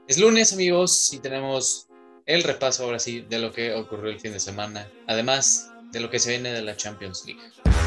Es lunes, amigos, y tenemos el repaso ahora sí de lo que ocurrió el fin de semana, además de lo que se viene de la Champions League.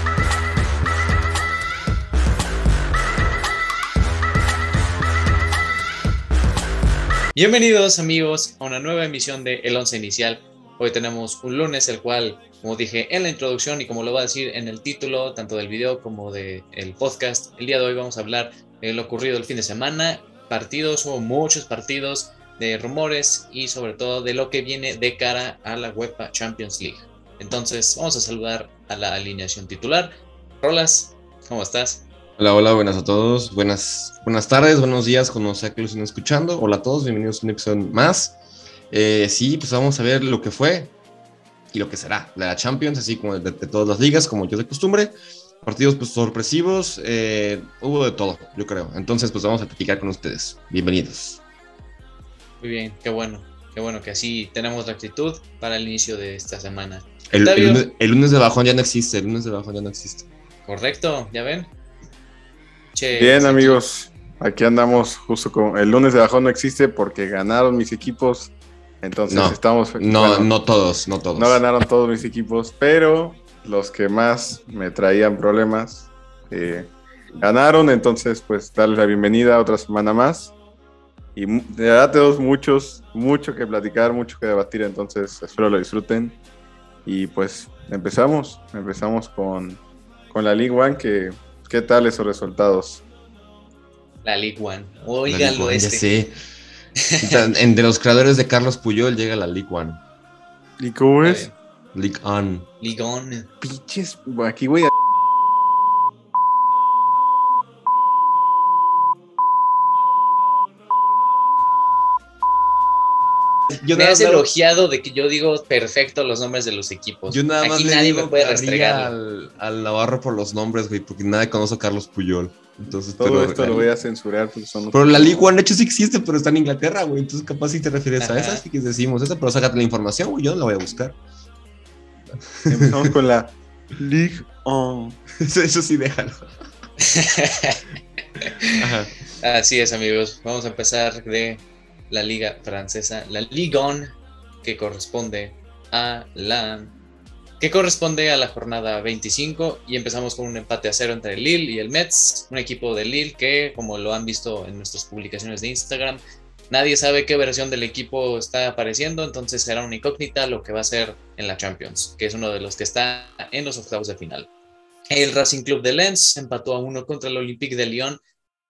Bienvenidos, amigos, a una nueva emisión de El Once Inicial. Hoy tenemos un lunes, el cual, como dije en la introducción y como lo voy a decir en el título, tanto del video como del podcast, el día de hoy vamos a hablar de lo ocurrido el fin de semana, partidos, hubo muchos partidos, de rumores y sobre todo de lo que viene de cara a la UEFA Champions League. Entonces, vamos a saludar a la alineación titular. Rolas, ¿cómo estás? Hola, hola, buenas a todos. Buenas tardes, buenos días, como sea que lo estén escuchando. Hola a todos, bienvenidos a un episodio más. Sí, pues vamos a ver lo que fue y lo que será de la Champions, así como de todas las ligas, como yo de costumbre. Partidos pues sorpresivos, hubo de todo, yo creo. Entonces, pues vamos a platicar con ustedes. Bienvenidos. Muy bien, qué bueno que así tenemos la actitud para el inicio de esta semana. El, el Octavio, lunes, el lunes de bajón ya no existe, el lunes de bajón ya no existe. correcto, ¿ya ven? Che, Bien, aquí. amigos, aquí andamos justo con el lunes de bajón no existe porque ganaron mis equipos, entonces No, estamos, no, bueno, no todos, no no todos. ganaron todos mis equipos, pero los que más me traían problemas ganaron, entonces pues darles la bienvenida a otra semana más y de verdad tenemos mucho que platicar, mucho que debatir, entonces espero lo disfruten y pues empezamos con la League One, que ¿qué tal esos resultados? La League One. La League Óigalo One, ya este. sé. Entre los creadores de Carlos Puyol llega la League One. ¿Y cómo Está es? bien. League On. League On. Pinches, aquí voy a... Yo Me nada, has elogiado de que yo digo perfecto los nombres de los equipos. yo nada más Aquí le nadie me digo puede carrilla restregarlo. al Navarro por los nombres, güey, porque nadie conoce a Carlos Puyol. Entonces, Todo esto lo voy a censurar porque son... pero la League One, de hecho, sí existe, pero está en Inglaterra, güey. Entonces, capaz si te refieres a esa, Ajá. sí que decimos esa, pero sácate la información, güey. Yo no la voy a buscar. Empezamos con la League On. Eso sí, déjalo. Ajá. Así es, amigos. Vamos a empezar de la liga francesa, la Ligue 1, que corresponde a la jornada 25 y empezamos con un empate a cero entre el Lille y el Metz, un equipo de Lille que, como lo han visto en nuestras publicaciones de Instagram, nadie sabe qué versión del equipo está apareciendo, entonces será una incógnita lo que va a ser en la Champions, que es uno de los que está en los octavos de final. El Racing Club de Lens empató a uno contra el Olympique de Lyon,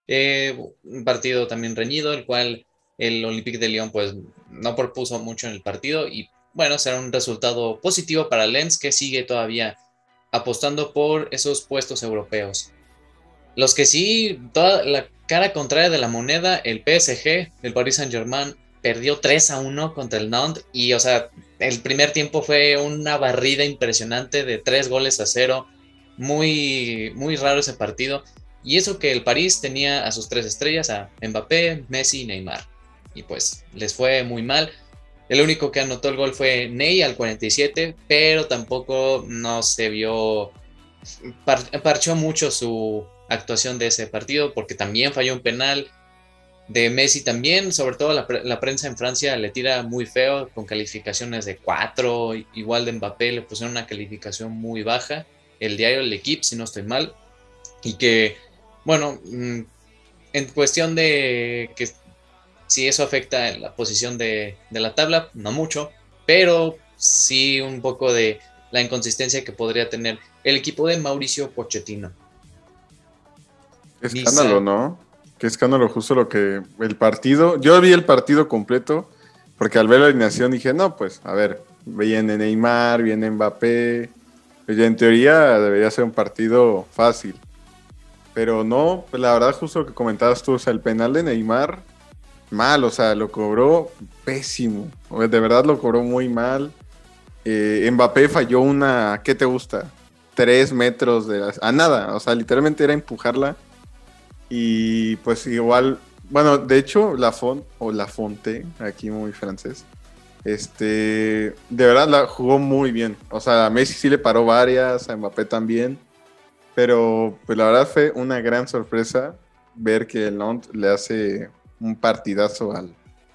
un partido también reñido, el cual el Olympique de Lyon pues no propuso mucho en el partido y bueno, será un resultado positivo para Lens, que sigue todavía apostando por esos puestos europeos. Los que sí, toda la cara contraria de la moneda, el PSG, el Paris Saint-Germain, perdió 3-1 contra el Nantes y, o sea, el primer tiempo fue una barrida impresionante de 3 goles a 0. Muy, muy raro ese partido. Y eso que el París tenía a sus 3 estrellas, a Mbappé, Messi y Neymar. Y pues les fue muy mal. El único que anotó el gol fue Ney al 47, pero tampoco no se vio, parchó mucho su actuación de ese partido porque también falló un penal de Messi también, sobre todo la prensa en Francia le tira muy feo con calificaciones de 4, igual de Mbappé le pusieron una calificación muy baja, el diario L'Equipe si no estoy mal, y que bueno, en cuestión de que si eso afecta en la posición de la tabla, no mucho, pero sí un poco de la inconsistencia que podría tener el equipo de Mauricio Pochettino. Qué escándalo, Misa, ¿no? Qué escándalo justo lo que... El partido, yo vi el partido completo porque al ver la alineación dije, no, pues, a ver, viene Neymar, viene Mbappé, pues ya en teoría debería ser un partido fácil, pero no, pues la verdad justo lo que comentabas tú, o sea, el penal de Neymar, mal, o sea, lo cobró pésimo, o sea, de verdad lo cobró muy mal. Mbappé falló una, ¿qué te gusta? 3 metros a nada, o sea, literalmente era empujarla. Y pues igual, bueno, de hecho, La Fonte, aquí muy francés, de verdad la jugó muy bien. O sea, a Messi sí le paró varias, a Mbappé también, pero pues la verdad fue una gran sorpresa ver que el Nantes le hace un partidazo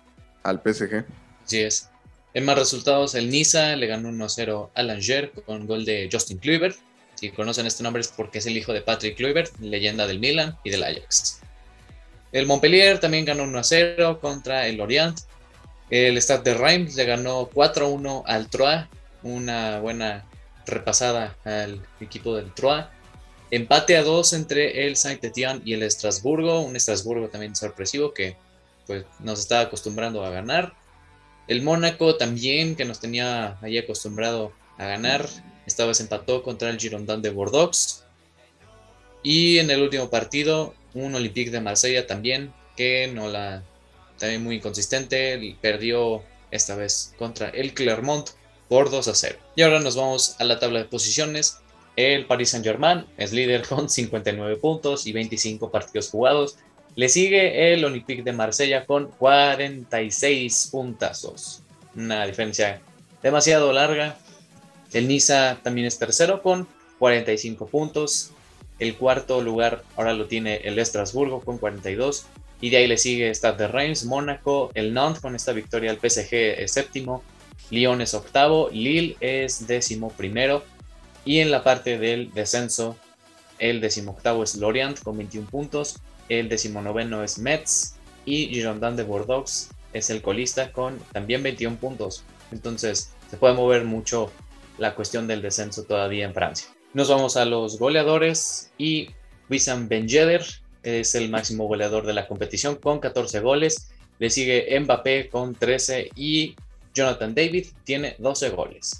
al PSG. Así es. En más resultados, el Niza le ganó 1-0 al Angers con gol de Justin Kluivert. Si conocen este nombre es porque es el hijo de Patrick Kluivert, leyenda del Milan y del Ajax. El Montpellier también ganó 1-0 contra el Lorient. El Stade de Reims le ganó 4-1 al Troyes. Una buena repasada al equipo del Troyes. Empate a 2 entre el Saint-Étienne y el Estrasburgo. Un Estrasburgo también sorpresivo que pues, nos estaba acostumbrando a ganar. El Mónaco también, que nos tenía ahí acostumbrado a ganar. Esta vez empató contra el Girondins de Bordeaux. Y en el último partido, un Olympique de Marsella también, que también muy inconsistente, perdió esta vez contra el Clermont por 2-0. Y ahora nos vamos a la tabla de posiciones. El Paris Saint-Germain es líder con 59 puntos y 25 partidos jugados. Le sigue el Olympique de Marsella con 46 puntazos. Una diferencia demasiado larga. El Niza también es tercero con 45 puntos. El cuarto lugar ahora lo tiene el Estrasburgo con 42. Y de ahí le sigue Stade de Reims, Mónaco, el Nantes con esta victoria, el PSG es séptimo. Lyon es octavo, Lille es 11º. Y en la parte del descenso, el 18º es Lorient con 21 puntos. El 19º es Metz y Girondins de Bordeaux es el colista con también 21 puntos. Entonces se puede mover mucho la cuestión del descenso todavía en Francia. Nos vamos a los goleadores y Wissam Ben Yedder es el máximo goleador de la competición con 14 goles. Le sigue Mbappé con 13 y Jonathan David tiene 12 goles.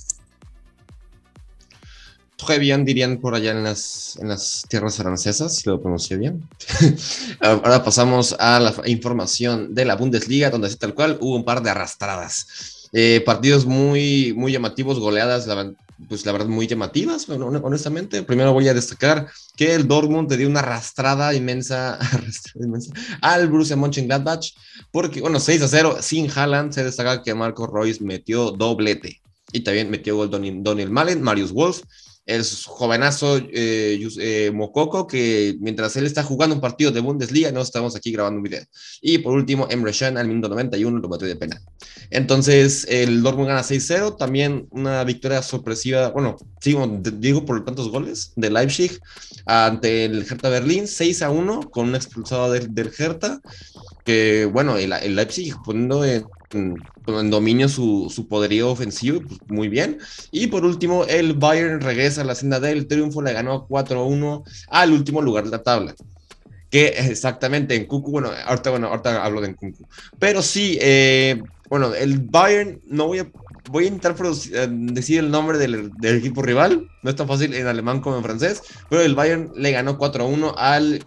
Très bien, dirían por allá en las tierras francesas, si lo pronuncié bien. Ahora pasamos a la información de la Bundesliga, donde así tal cual hubo un par de arrastradas. Partidos muy, muy llamativos, goleadas, la verdad, muy llamativas, honestamente. Primero voy a destacar que el Dortmund le dio una arrastrada inmensa al Borussia Mönchengladbach, porque, 6-0 sin Haaland. Se destaca que Marco Reus metió doblete, y también metió gol Daniel Malen, Marius Wolf, el jovenazo Mococo, que mientras él está jugando un partido de Bundesliga, no estamos aquí grabando un video. Y por último, Emre Can al minuto 91 lo batió de penal. Entonces, el Dortmund gana 6-0, también una victoria sorpresiva, digo por tantos goles, de Leipzig ante el Hertha Berlín, 6-1, con un expulsado del Hertha, que, el Leipzig poniendo en dominio su poderío ofensivo, pues muy bien. Y por último, el Bayern regresa a la senda del triunfo, le ganó 4-1 al último lugar de la tabla. Que exactamente en Nkunku, ahorita hablo de Nkunku. Pero sí, el Bayern, voy a intentar decir el nombre del equipo rival, no es tan fácil en alemán como en francés, pero el Bayern le ganó 4-1 al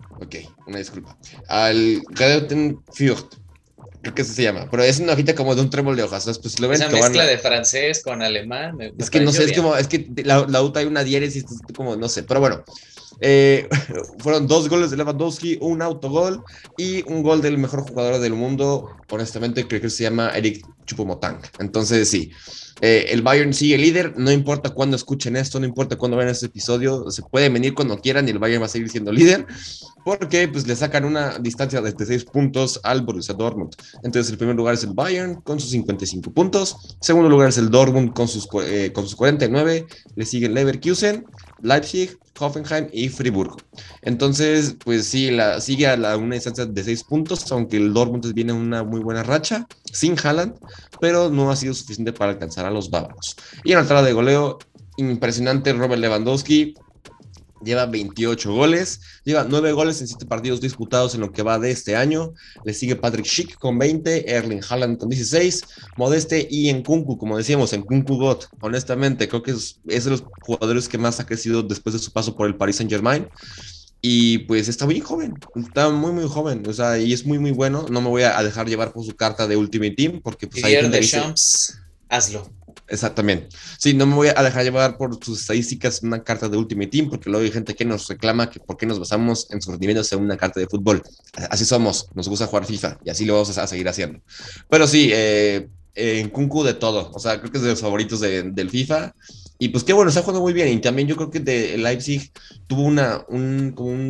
Greuther Fürth. Creo que eso se llama, pero es una hojita como de un trébol de hojas, ¿sabes? Pues lo ven. Esa mezcla de francés con alemán. Es que no sé, es que la UTA hay una diéresis, como, no sé, pero bueno. Fueron 2 goles de Lewandowski, un autogol y un gol del mejor jugador del mundo. Honestamente, creo que se llama Eric Choupo-Moting. Entonces, sí. El Bayern sigue líder, no importa cuándo escuchen esto, no importa cuándo vean este episodio, se pueden venir cuando quieran y el Bayern va a seguir siendo líder, porque pues le sacan una distancia de 6 puntos al Borussia Dortmund. Entonces el primer lugar es el Bayern con sus 55 puntos, segundo lugar es el Dortmund con sus 49, le sigue el Leverkusen, Leipzig, Hoffenheim y Friburgo. Entonces, pues sí, sigue a una distancia de 6 puntos, aunque el Dortmund viene una muy buena racha, sin Haaland, pero no ha sido suficiente para alcanzar a los bávaros. Y en la tabla de goleo, impresionante, Robert Lewandowski lleva 28 goles, lleva 9 goles en 7 partidos disputados en lo que va de este año. Le sigue Patrick Schick con 20, Erling Haaland con 16, Modeste y Nkunku, como decíamos, Nkunku God. Honestamente, creo que es de los jugadores que más ha crecido después de su paso por el Paris Saint-Germain. Y pues está muy joven, está muy muy joven, y es muy muy bueno. No me voy a dejar llevar por su carta de Ultimate Team, porque pues hay gente de Champs, hazlo. Exactamente. Sí, no me voy a dejar llevar por sus estadísticas una carta de Ultimate Team, porque luego hay gente que nos reclama que por qué nos basamos en sus rendimientos en una carta de fútbol. Así somos, nos gusta jugar FIFA y así lo vamos a seguir haciendo. Pero sí, Nkunku de todo, creo que es de los favoritos del FIFA. Y pues qué bueno, está jugando muy bien. Y también yo creo que Leipzig tuvo un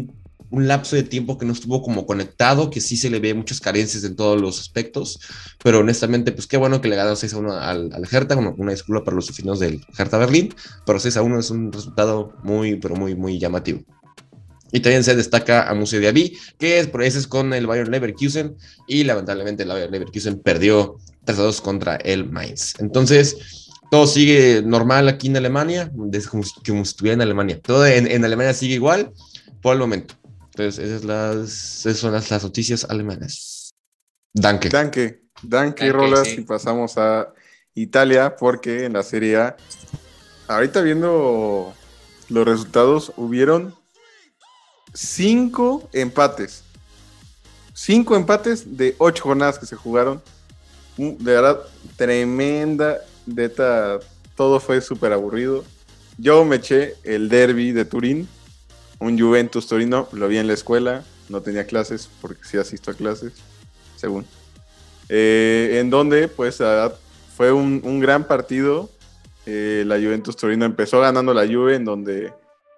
un lapso de tiempo que no estuvo como conectado, que sí se le ve muchas carencias en todos los aspectos, pero honestamente, pues qué bueno que le ganó 6-1 al Hertha, una disculpa para los aficionados del Hertha Berlín, pero 6-1 es un resultado muy, pero muy, muy llamativo. Y también se destaca a Moussa Diaby, que ese es con el Bayer Leverkusen, y lamentablemente el Bayer Leverkusen perdió 3-2 contra el Mainz. Entonces, todo sigue normal aquí en Alemania, como si estuviera en Alemania. Todo en Alemania sigue igual por el momento. Entonces, esas son las noticias alemanas. Danke, Rolas, sí. y pasamos a Italia, porque en la Serie A, ahorita viendo los resultados, hubieron 5 empates. 5 empates de 8 jornadas que se jugaron. De verdad, tremenda. Todo fue súper aburrido. Yo me eché el derbi de Turín, un Juventus Torino, lo vi en la escuela, no tenía clases, porque sí asisto a clases, según. En donde, pues, fue un gran partido. La Juventus Torino empezó ganando la Juve, en donde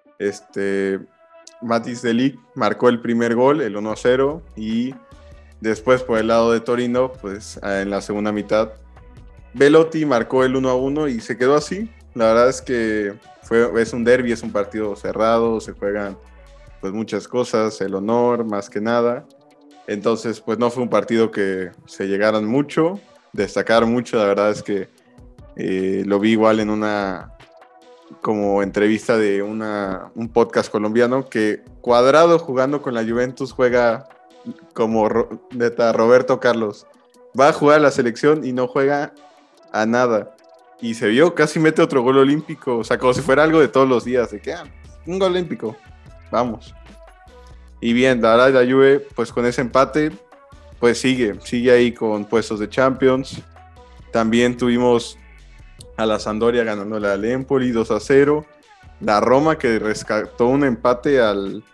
Matthijs de Ligt marcó el primer gol, el 1-0, y después por el lado de Torino, pues en la segunda mitad, Belotti marcó el 1-1 y se quedó así. La verdad es que es un derbi, es un partido cerrado, se juegan pues muchas cosas, el honor más que nada. Entonces, pues no fue un partido que se llegaran mucho, destacar mucho. La verdad es que lo vi igual en una como entrevista de un podcast colombiano, que Cuadrado jugando con la Juventus juega como Roberto Carlos. Va a jugar a la selección y no juega a nada. Y se vio, casi mete otro gol olímpico. O sea, como si fuera algo de todos los días. De que, un gol olímpico. Vamos. Y bien, la verdad, la Juve, pues con ese empate, pues sigue ahí con puestos de Champions. También tuvimos a la Sampdoria ganándole al Empoli 2-0. La Roma, que rescató un empate al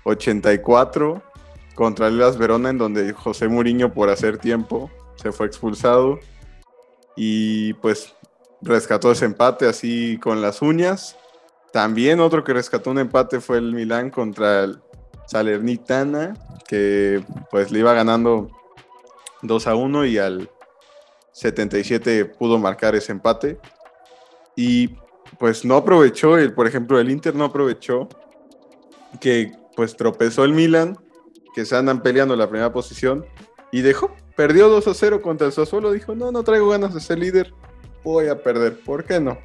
84 contra el Hellas Verona, en donde José Mourinho, por hacer tiempo, se fue expulsado. Y pues rescató ese empate así con las uñas. También otro que rescató un empate fue el Milán contra el Salernitana, que pues le iba ganando 2-1 y al 77 pudo marcar ese empate. Y pues no aprovechó, por ejemplo, el Inter no aprovechó que pues tropezó el Milan, que se andan peleando la primera posición, y perdió 2-0 contra el Sassuolo. Dijo, no traigo ganas de ser líder, voy a perder, ¿por qué no?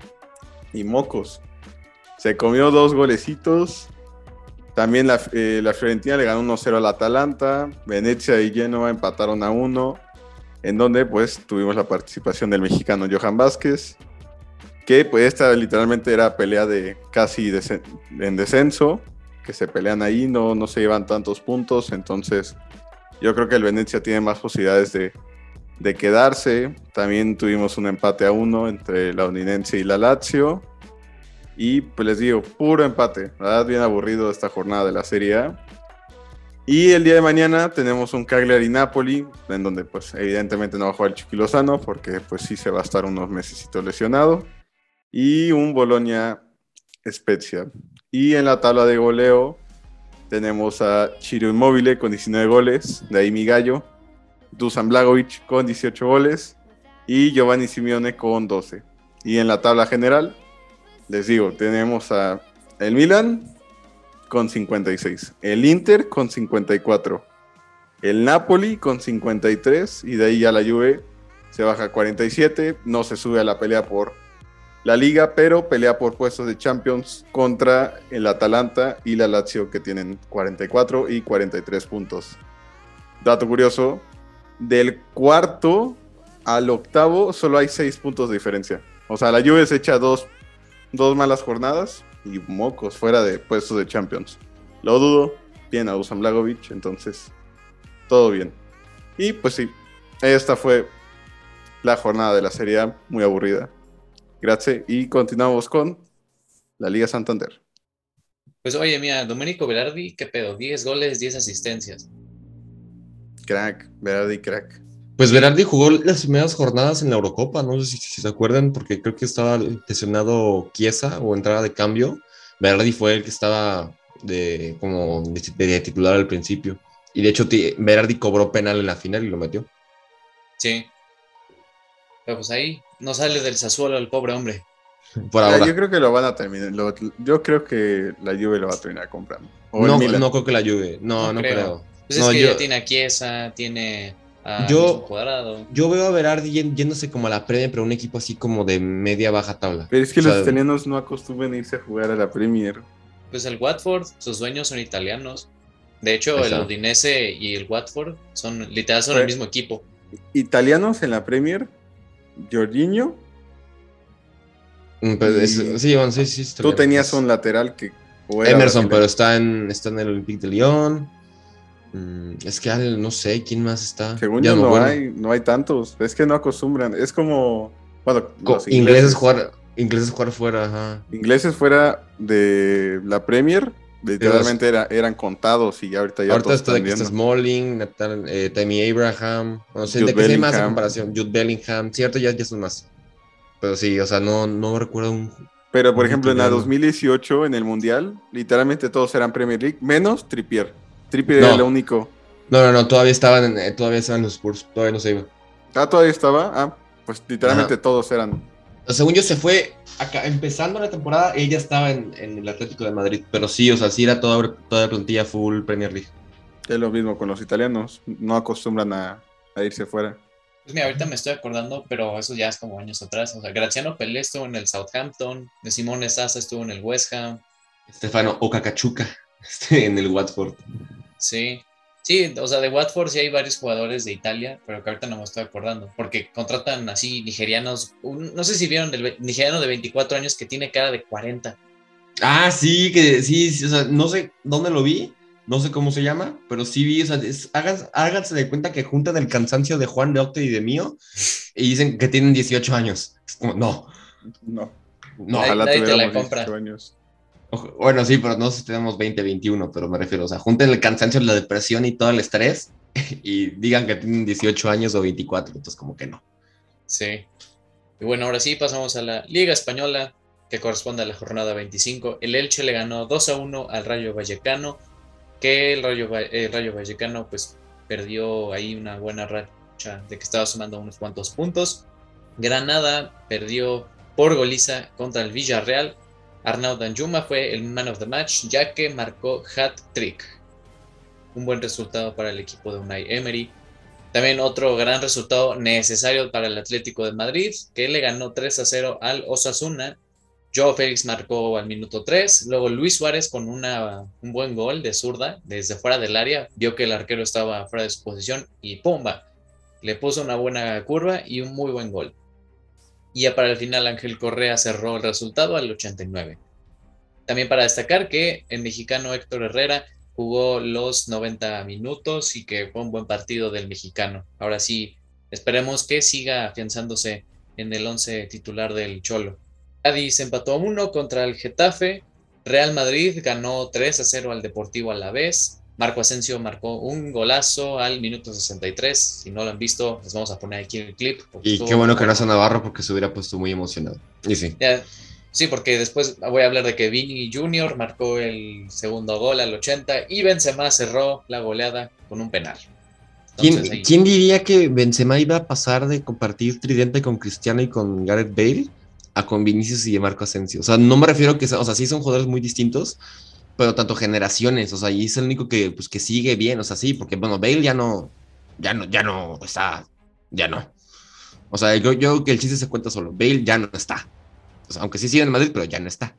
Y mocos, se comió 2 golecitos. También la Fiorentina le ganó 1-0 al Atalanta. Venecia y Genoa empataron a 1, en donde pues tuvimos la participación del mexicano Johan Vázquez, que pues esta literalmente era pelea de casi en descenso, que se pelean ahí, no se llevan tantos puntos. Entonces yo creo que el Venecia tiene más posibilidades de quedarse. También tuvimos un empate a 1 entre la Udinese y la Lazio. Y pues les digo, puro empate. La verdad, bien aburrido esta jornada de la Serie A. Y el día de mañana tenemos un Cagliari-Napoli, en donde pues evidentemente no va a jugar el Chucky Lozano, porque pues sí se va a estar unos mesecitos lesionado. Y un Bologna-Spezia. Y en la tabla de goleo tenemos a Ciro Immobile con 19 goles, de ahí mi gallo, Dusan Blagovic con 18 goles y Giovanni Simeone con 12. Y en la tabla general, les digo, tenemos a el Milan con 56, el Inter con 54, el Napoli con 53, y de ahí ya la Juve se baja a 47, no se sube a la pelea por la Liga, pero pelea por puestos de Champions contra el Atalanta y la Lazio, que tienen 44 y 43 puntos. Dato curioso, del cuarto al octavo solo hay 6 puntos de diferencia. O sea, la Juve se echa dos malas jornadas y mocos fuera de puestos de Champions. Lo dudo, bien a Dusan Blagovic, entonces todo bien. Y pues sí, esta fue la jornada de la Serie A, muy aburrida. Gracias, y continuamos con la Liga Santander. Pues oye, mira, Domenico Berardi, ¿qué pedo? 10 goles, 10 asistencias. Crack, Berardi, crack. Pues Berardi jugó las primeras jornadas en la Eurocopa, no sé si se acuerdan, porque creo que estaba lesionado Chiesa o entrada de cambio. Berardi fue el que estaba de titular al principio. Y de hecho, Berardi cobró penal en la final y lo metió. Sí. Pero pues ahí no sale del Sassuolo el pobre hombre. Por ahora. Yo creo que lo van a terminar. Yo creo que la Juve lo va a terminar comprando. O el No, Milan. no creo que la Juve. No, No no creo. creo. Pues es No, que ya tiene a Chiesa, tiene a mismo yo, Cuadrado. yo veo a Berardi yéndose como a la Premier, pero un equipo así como de media baja tabla. Pero es que O los sea, italianos no acostumbran a irse a jugar a la Premier. Pues el Watford, sus dueños son italianos. De ahí hecho, el está. Udinese y el Watford son literal son el Pues, mismo equipo. italianos en la Premier, Jorginho. Y Sí, bueno, sí, está tú bien, tenías pues. un lateral que o era Emerson, pero brasileño. está en el Olympique de Lyon. Es que no sé quién más está. Según Ya yo no me no acuerdo. hay, no hay tantos. Es que no acostumbran. Es como, bueno, los ingleses. Ingleses jugar fuera, ajá. Ingleses fuera de la Premier, Pero literalmente eran contados y ahorita ya ahorita todos está de están que está viendo. Smalling, Tammy Abraham, no sé, Jude de que sí hay más a Bellingham. comparación. Jude Bellingham, cierto, ya son más. Pero sí, o sea, no recuerdo Pero por un ejemplo en la italiano. 2018 en el Mundial, literalmente todos eran Premier League, menos Trippier. Trippier era el No, único. no, todavía estaban los Spurs, todavía no se iba. Ah, todavía estaba. Ah, pues literalmente Ajá. todos eran. Según yo se fue acá, empezando la temporada, ella estaba en el Atlético de Madrid, pero sí, o sea, sí era toda plantilla full Premier League. Es lo mismo con los italianos. No acostumbran a irse fuera. Pues mira, ahorita me estoy acordando, pero eso ya es como años atrás. O sea, Graziano Pelé estuvo en el Southampton, de Simone Sasa estuvo en el West Ham. Stefano Okakachuka en el Watford. Sí. Sí, o sea, de Watford sí hay varios jugadores de Italia, pero que ahorita no me estoy acordando, porque contratan así nigerianos, no sé si vieron del nigeriano de 24 años que tiene cara de 40. Ah, sí, que sí, o sea, no sé dónde lo vi, no sé cómo se llama, pero sí vi, o sea, háganse de cuenta que juntan el cansancio de Juan de Octe y de mío y dicen que tienen 18 años. Es como, No. no. Ojalá Nadie te la tuviéramos 18 compra. años. Bueno, sí, pero no sé si tenemos 20, 21, pero me refiero, o sea, junten el cansancio, la depresión y todo el estrés y digan que tienen 18 años o 24, entonces como que no. Sí. Y bueno, ahora sí pasamos a la Liga Española, que corresponde a la jornada 25. El Elche le ganó 2-1 al Rayo Vallecano, que el Rayo Vallecano pues perdió ahí una buena racha de que estaba sumando unos cuantos puntos. Granada perdió por goliza contra el Villarreal. Arnaud Danjuma fue el man of the match, ya que marcó hat-trick. Un buen resultado para el equipo de Unai Emery. También otro gran resultado necesario para el Atlético de Madrid, que le ganó 3-0 al Osasuna. Joao Félix marcó al minuto 3. Luego Luis Suárez con un buen gol de zurda desde fuera del área. Vio que el arquero estaba fuera de su posición y ¡pumba! Le puso una buena curva y un muy buen gol. Y ya para el final Ángel Correa cerró el resultado al 89. También para destacar que el mexicano Héctor Herrera jugó los 90 minutos y que fue un buen partido del mexicano. Ahora sí, esperemos que siga afianzándose en el 11 titular del Cholo. Cádiz empató a 1 contra el Getafe. Real Madrid ganó 3-0 al Deportivo Alavés. Marco Asensio marcó un golazo al minuto 63. Si no lo han visto, les vamos a poner aquí el clip. Porque Y qué estuvo muy bueno que no bueno. hace Navarro porque se hubiera puesto muy emocionado. Y sí. Ya, sí, porque después voy a hablar de que Vini Junior marcó el segundo gol al 80 y Benzema cerró la goleada con un penal. Entonces ahí, ¿Quién diría que Benzema iba a pasar de compartir tridente con Cristiano y con Gareth Bale a con Vinicius y Marco Asensio? O sea, no me refiero que, o sea, sí son jugadores muy distintos, pero tanto generaciones, o sea, y es el único que, pues, que sigue bien, o sea, sí, porque, bueno, Bale ya no está, ya no. O sea, yo creo que el chiste se cuenta solo, Bale ya no está. O sea, aunque sí sigue en Madrid, pero ya no está.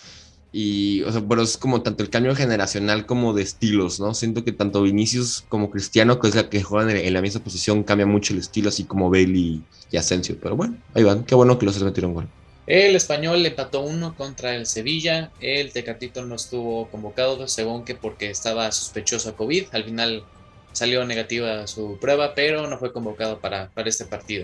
Y, o sea, pero es como tanto el cambio generacional como de estilos, ¿no? Siento que tanto Vinicius como Cristiano, que es la que juegan en la misma posición, cambia mucho el estilo, así como Bale y Asensio. Pero bueno, ahí van. Qué bueno que los metieron gol. el Español empató 1 contra el Sevilla. El Tecatito no estuvo convocado, según que porque estaba sospechoso a COVID. Al final salió negativa su prueba, pero no fue convocado para este partido.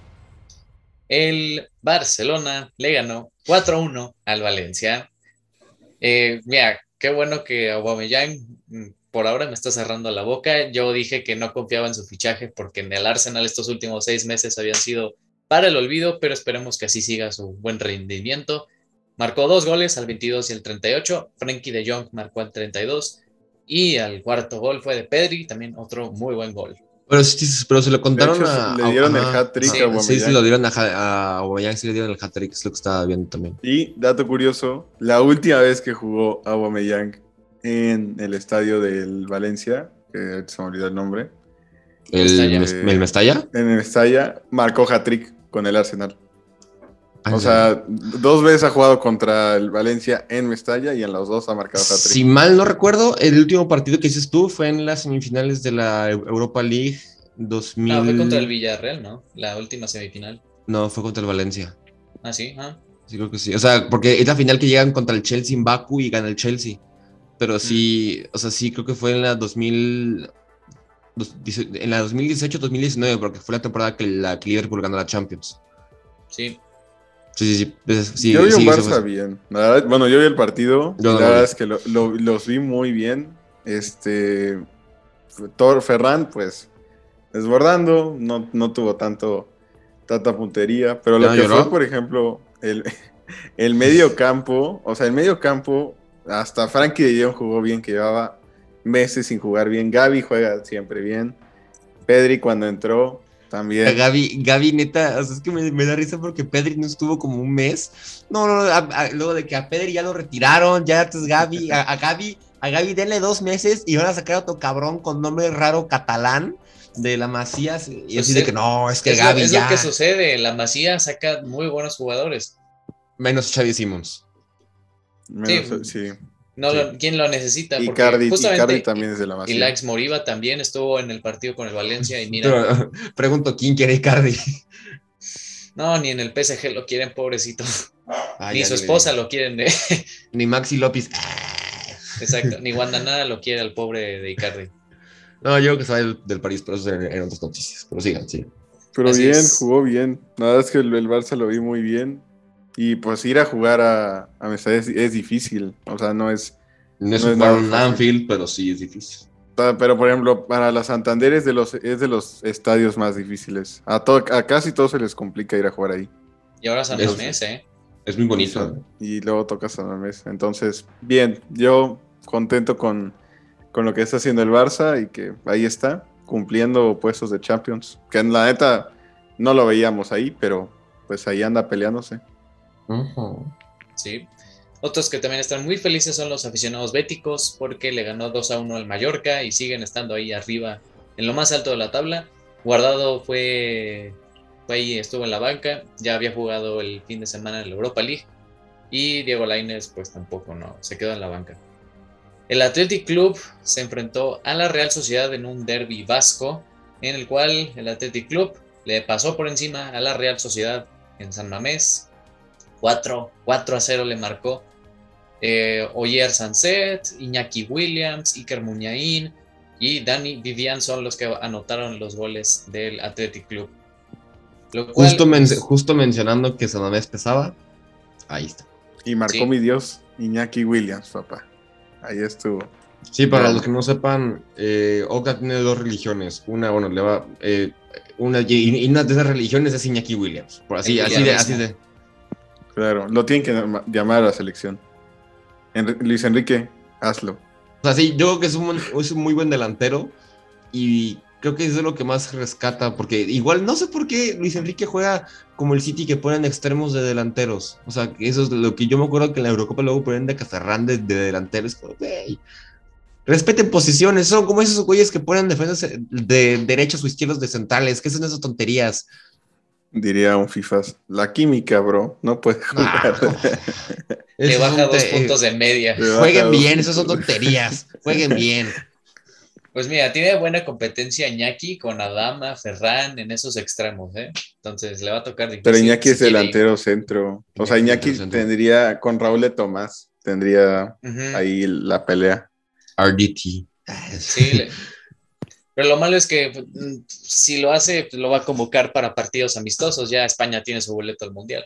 El Barcelona le ganó 4-1 al Valencia. Mira, qué bueno que Aubameyang por ahora me está cerrando la boca. Yo dije que no confiaba en su fichaje porque en el Arsenal estos últimos 6 meses habían sido para el olvido, pero esperemos que así siga su buen rendimiento. Marcó 2 goles al 22 y el 38. Frenkie de Jong marcó al 32. Y al cuarto gol fue de Pedri, también otro muy buen gol. Pero se lo De contaron hecho, le dieron el ajá, hat-trick sí, a sí, Aubameyang. lo dieron a Aubameyang, sí le dieron el hat-trick, es lo que estaba viendo también. Y, dato curioso, la última vez que jugó Aubameyang en el estadio del Valencia, que se me olvidó el nombre, Mestalla. ¿El Mestalla? en el Mestalla, marcó hat-trick con el Arsenal. Ah, O ¿en serio? sea, 2 veces ha jugado contra el Valencia en Mestalla y en los 2 ha marcado hat-trick. Si mal no recuerdo, el último partido que dices tú fue en las semifinales de la Europa League 2000. No, fue contra el Villarreal, ¿no? La última semifinal. No, fue contra el Valencia. Ah, sí, Sí, creo que sí. O sea, porque es la final que llegan contra el Chelsea en Baku y gana el Chelsea. Pero sí, o sea, sí, creo que fue en la 2018-2019, porque fue la temporada que que Liverpool ganó la Champions. sí. Sí, Yo vi un sí, Barça bien. La verdad, bueno, yo vi el partido y Yo no la lo verdad vi. es que los vi muy bien. Ferran, pues, desbordando, no tuvo tanta puntería, pero ¿Ya lo no que fue, lloró? por ejemplo, el medio campo, o sea, el medio campo, hasta Frankie de Jong jugó bien, que llevaba meses sin jugar bien. Gavi juega siempre bien. Pedri cuando entró, también. Gaby, neta, o sea, es que me da risa porque Pedri no estuvo como un mes. No, luego de que a Pedri ya lo retiraron, ya entonces a Gaby denle 2 meses y van a sacar a otro cabrón con nombre raro catalán de la Masías. Y Pues así de que no, es que es lo, Gaby es lo que ya. sucede. La Masía saca muy buenos jugadores. Menos Xavi Simons. Menos, Sí, sí. no Sí. ¿quién lo necesita? Porque Icardi justamente también es de la y Masía. Lax Moriba también estuvo en el partido con el Valencia y mira, Pero pregunto, ¿quién quiere Icardi? no, ni en el PSG lo quieren, pobrecito. Ah, Ni ya su esposa lo quieren. Ni Maxi López. Exacto, ni Wanda nada lo quiere al pobre de Icardi. No, yo creo que se va del París, pero eso en otras noticias. Pero sigan, sí. Pero Así bien, es. jugó bien. La verdad es que el Barça lo vi muy bien. Y pues ir a jugar a Mestalla es difícil. O sea, No es no es jugar nada un fácil. Anfield, pero sí es difícil. Pero por ejemplo, para la Santander es de los estadios más difíciles. A casi todos se les complica ir a jugar ahí. Y ahora San Es, Mamés, es muy bonito. bonito. Y luego toca San Mamés. Entonces, bien, yo contento con lo que está haciendo el Barça y que ahí está, cumpliendo puestos de Champions. Que en la neta no lo veíamos ahí, pero pues ahí anda peleándose. Uh-huh. Sí. Otros que también están muy felices son los aficionados béticos porque le ganó 2-1 al Mallorca y siguen estando ahí arriba en lo más alto de la tabla. Guardado fue ahí, estuvo en la banca, ya había jugado el fin de semana en la Europa League y Diego Lainez pues tampoco no, se quedó en la banca. El Athletic Club se enfrentó a la Real Sociedad en un derbi vasco en el cual el Athletic Club le pasó por encima a la Real Sociedad en San Mamés. 4-0 le marcó Oyer Sanset, Iñaki Williams, Iker Muñain y Dani Vivian son los que anotaron los goles del Athletic Club. Lo cual, Justo mencionando que San Mamés pesaba, ahí está. Y marcó Sí. mi Dios, Iñaki Williams, papá. Ahí estuvo. Sí, para No. los que no sepan, Oca tiene 2 religiones. Una, bueno, le va. Una de esas religiones es Iñaki Williams. Por así de. williamismo. Claro, lo tienen que llamar a la selección. Luis Enrique, hazlo. O sea, sí, yo creo que es un muy buen delantero. Y creo que eso es lo que más rescata. Porque igual no sé por qué Luis Enrique juega como el City, que ponen extremos de delanteros. O sea, que eso es lo que yo me acuerdo que en la Eurocopa luego ponen de Cazarrán de delanteros. Como, wey, respeten posiciones, son como esos güeyes que ponen defensas de derechos o izquierdos de centrales. ¿Qué son esas tonterías? Diría un FIFAs. La química, bro. No puede jugar. Le baja 2 puntos de media. Jueguen bien, esas son tonterías. Jueguen bien. Pues mira, tiene buena competencia Iñaki con Adama, Ferran en esos extremos, Entonces le va a tocar difícil. Pero Iñaki es si quiere ir. delantero centro. O sea, Iñaki tendría, con Raúl de Tomás, tendría ahí la pelea. RDT. Sí, pero lo malo es que si lo hace, pues lo va a convocar para partidos amistosos. Ya España tiene su boleto al Mundial.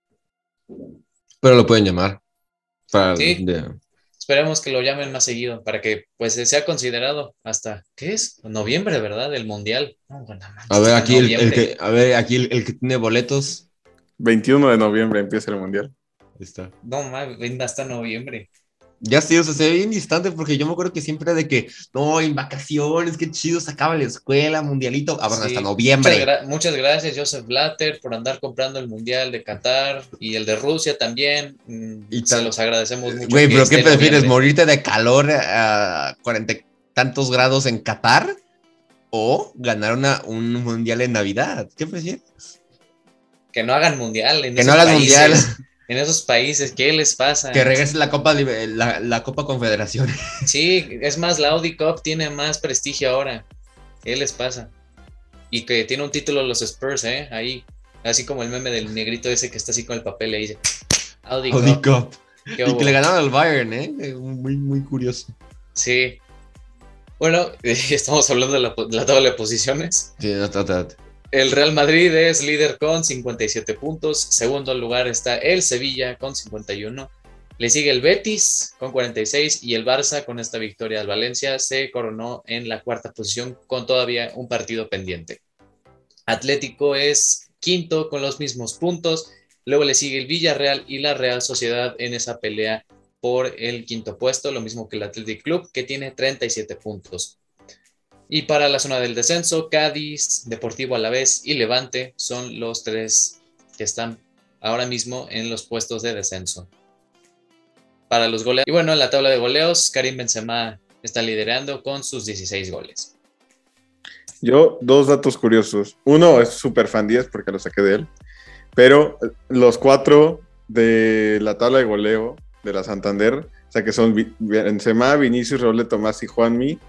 Pero lo pueden llamar. Sí, esperemos que lo llamen más seguido para que pues sea considerado hasta, ¿qué es? Noviembre, ¿verdad? El Mundial. No, bueno, a ver, aquí el que tiene boletos. 21 de noviembre empieza el Mundial. está. No, mames, hasta noviembre. Ya sí, o sea, se ve bien distante porque yo me acuerdo que siempre era de que, no, en vacaciones, qué chido, se acaba la escuela, mundialito, bueno, hasta Sí. noviembre. Muchas gracias, Joseph Blatter, por andar comprando el Mundial de Qatar y el de Rusia también. Se los agradecemos mucho. Güey, pero ¿qué prefieres? Noviembre. ¿Morirte de calor a 40 y tantos grados en Qatar o ganar un mundial en Navidad? ¿Qué prefieres? Que no hagan Mundial en Que esos no hagan países. mundial. En esos países, ¿qué les pasa? Que regrese la Copa Confederaciones. Sí, es más, la Audi Cup tiene más prestigio ahora. ¿Qué les pasa? Y que tiene un título los Spurs, ahí. Así como el meme del negrito ese que está así con el papel y dice Audi Cup. Y que le ganaron al Bayern, muy, muy curioso. Sí. Bueno, estamos hablando de la tabla de posiciones. Sí, no. El Real Madrid es líder con 57 puntos. Segundo lugar está el Sevilla con 51. Le sigue el Betis con 46 y el Barça con esta victoria al Valencia se coronó en la cuarta posición con todavía un partido pendiente. Atlético es quinto con los mismos puntos. Luego le sigue el Villarreal y la Real Sociedad en esa pelea por el quinto puesto, lo mismo que el Athletic Club, que tiene 37 puntos. Y para la zona del descenso, Cádiz, Deportivo Alavés y Levante son los tres que están ahora mismo en los puestos de descenso. Para los goleos, y bueno, en la tabla de goleos, Karim Benzema está liderando con sus 16 goles. Yo, dos datos curiosos. Uno es super fan 10 porque lo saqué de él, pero los 4 de la tabla de goleo de la Santander, o sea que son Benzema, Vinicius, Raúl Tomás y Juanmi,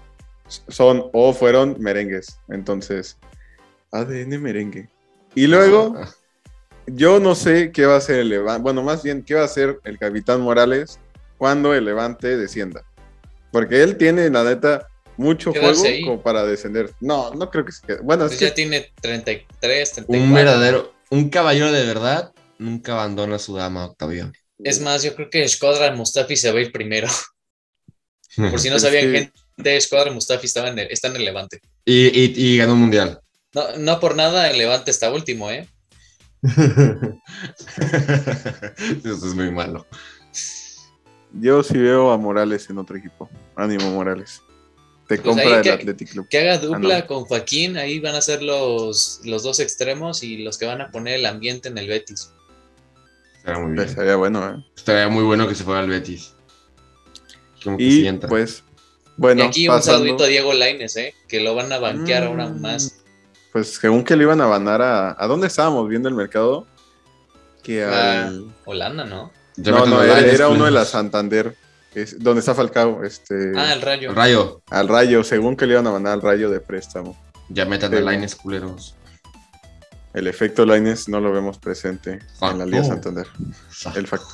fueron merengues. Entonces, ADN merengue. Y luego, yo no sé qué va a hacer el Levante. Bueno, más bien, qué va a hacer el Capitán Morales cuando el Levante descienda. Porque él tiene, la neta, mucho juego como para descender. No creo que se quede. Bueno, pues ya tiene 33, 34. Un verdadero, un caballero de verdad nunca abandona a su dama, Octavio. Es más, yo creo que Shkodran Mustafi se va a ir primero. Por si no sabían, gente, Shkodran Mustafi está en el Levante. Y ganó un mundial. No por nada el Levante está último, Eso es muy malo. Yo sí veo a Morales en otro equipo. Ánimo, Morales. Te compra el Athletic Club. Que haga dupla con Joaquín, ahí van a ser los dos extremos y los que van a poner el ambiente en el Betis. Estaría muy bien. Estaría bueno, Estaría muy bueno que se fuera al Betis. Y pues, bueno, y aquí un saludito a Diego Lainez, que lo van a banquear ahora más. Pues según que le iban a banar ¿a dónde estábamos viendo el mercado? Que al Holanda, ¿no? No, era uno de la Santander, donde está Falcao. El Rayo. Al Rayo, según que le iban a mandar al Rayo de préstamo. Ya metan a Lainez, culeros. El efecto Lainez no lo vemos presente en la Liga Santander. El factor.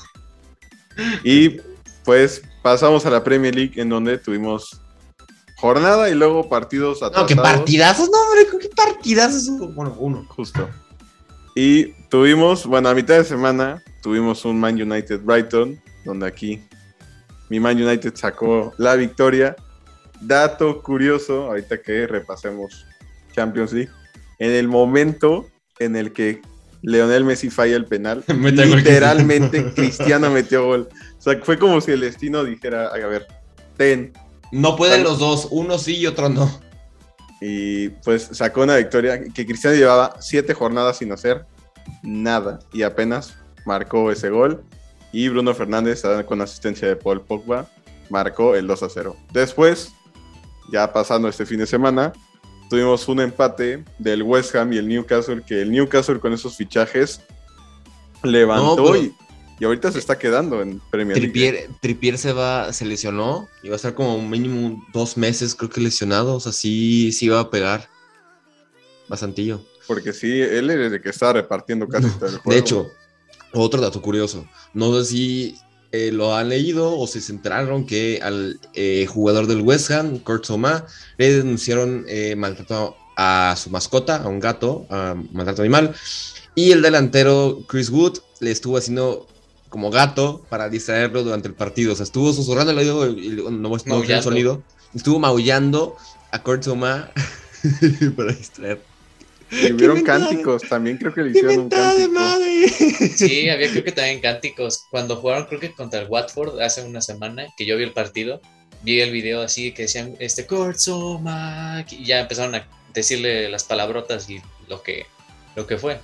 Y pues pasamos a la Premier League, en donde tuvimos jornada y luego partidos atrasados. No, qué partidazos, no, hombre, qué partidazos. Bueno, uno. Justo. Y tuvimos, a mitad de semana, tuvimos un Man United Brighton, donde aquí mi Man United sacó la victoria. Dato curioso, ahorita que repasemos Champions League, en el momento en el que Lionel Messi falla el penal, literalmente Cristiano metió gol. O sea, fue como si el destino dijera, a ver, no pueden los dos, uno sí y otro no. Y pues sacó una victoria que Cristiano llevaba 7 jornadas sin hacer nada y apenas marcó ese gol. Y Bruno Fernández, con asistencia de Paul Pogba, marcó el 2-0. Después, ya pasando este fin de semana, tuvimos un empate del West Ham y el Newcastle, que el Newcastle con esos fichajes levantó y ahorita se está quedando en Premier League. Trippier se lesionó y va a estar como mínimo 2 meses, creo que lesionado. O sea, sí va a pegar bastantillo. Porque sí, él es el que está repartiendo casi todo el juego. De hecho, otro dato curioso. No sé si lo han leído o se centraron que al jugador del West Ham, Kurt Zouma, le denunciaron maltrato a su mascota, a un gato, maltrato animal. Y el delantero Chris Wood le estuvo haciendo como gato para distraerlo durante el partido. O sea, estuvo susurrando el oído y no el sonido. Estuvo maullando a Kurt Zouma para distraer. Y hubieron cánticos, también creo que le hicieron un cántico. Madre! Sí, había creo que también cánticos. Cuando jugaron creo que contra el Watford hace una semana, que yo vi el partido, vi el video así que decían, Kortzomak, y ya empezaron a decirle las palabrotas y lo que fue.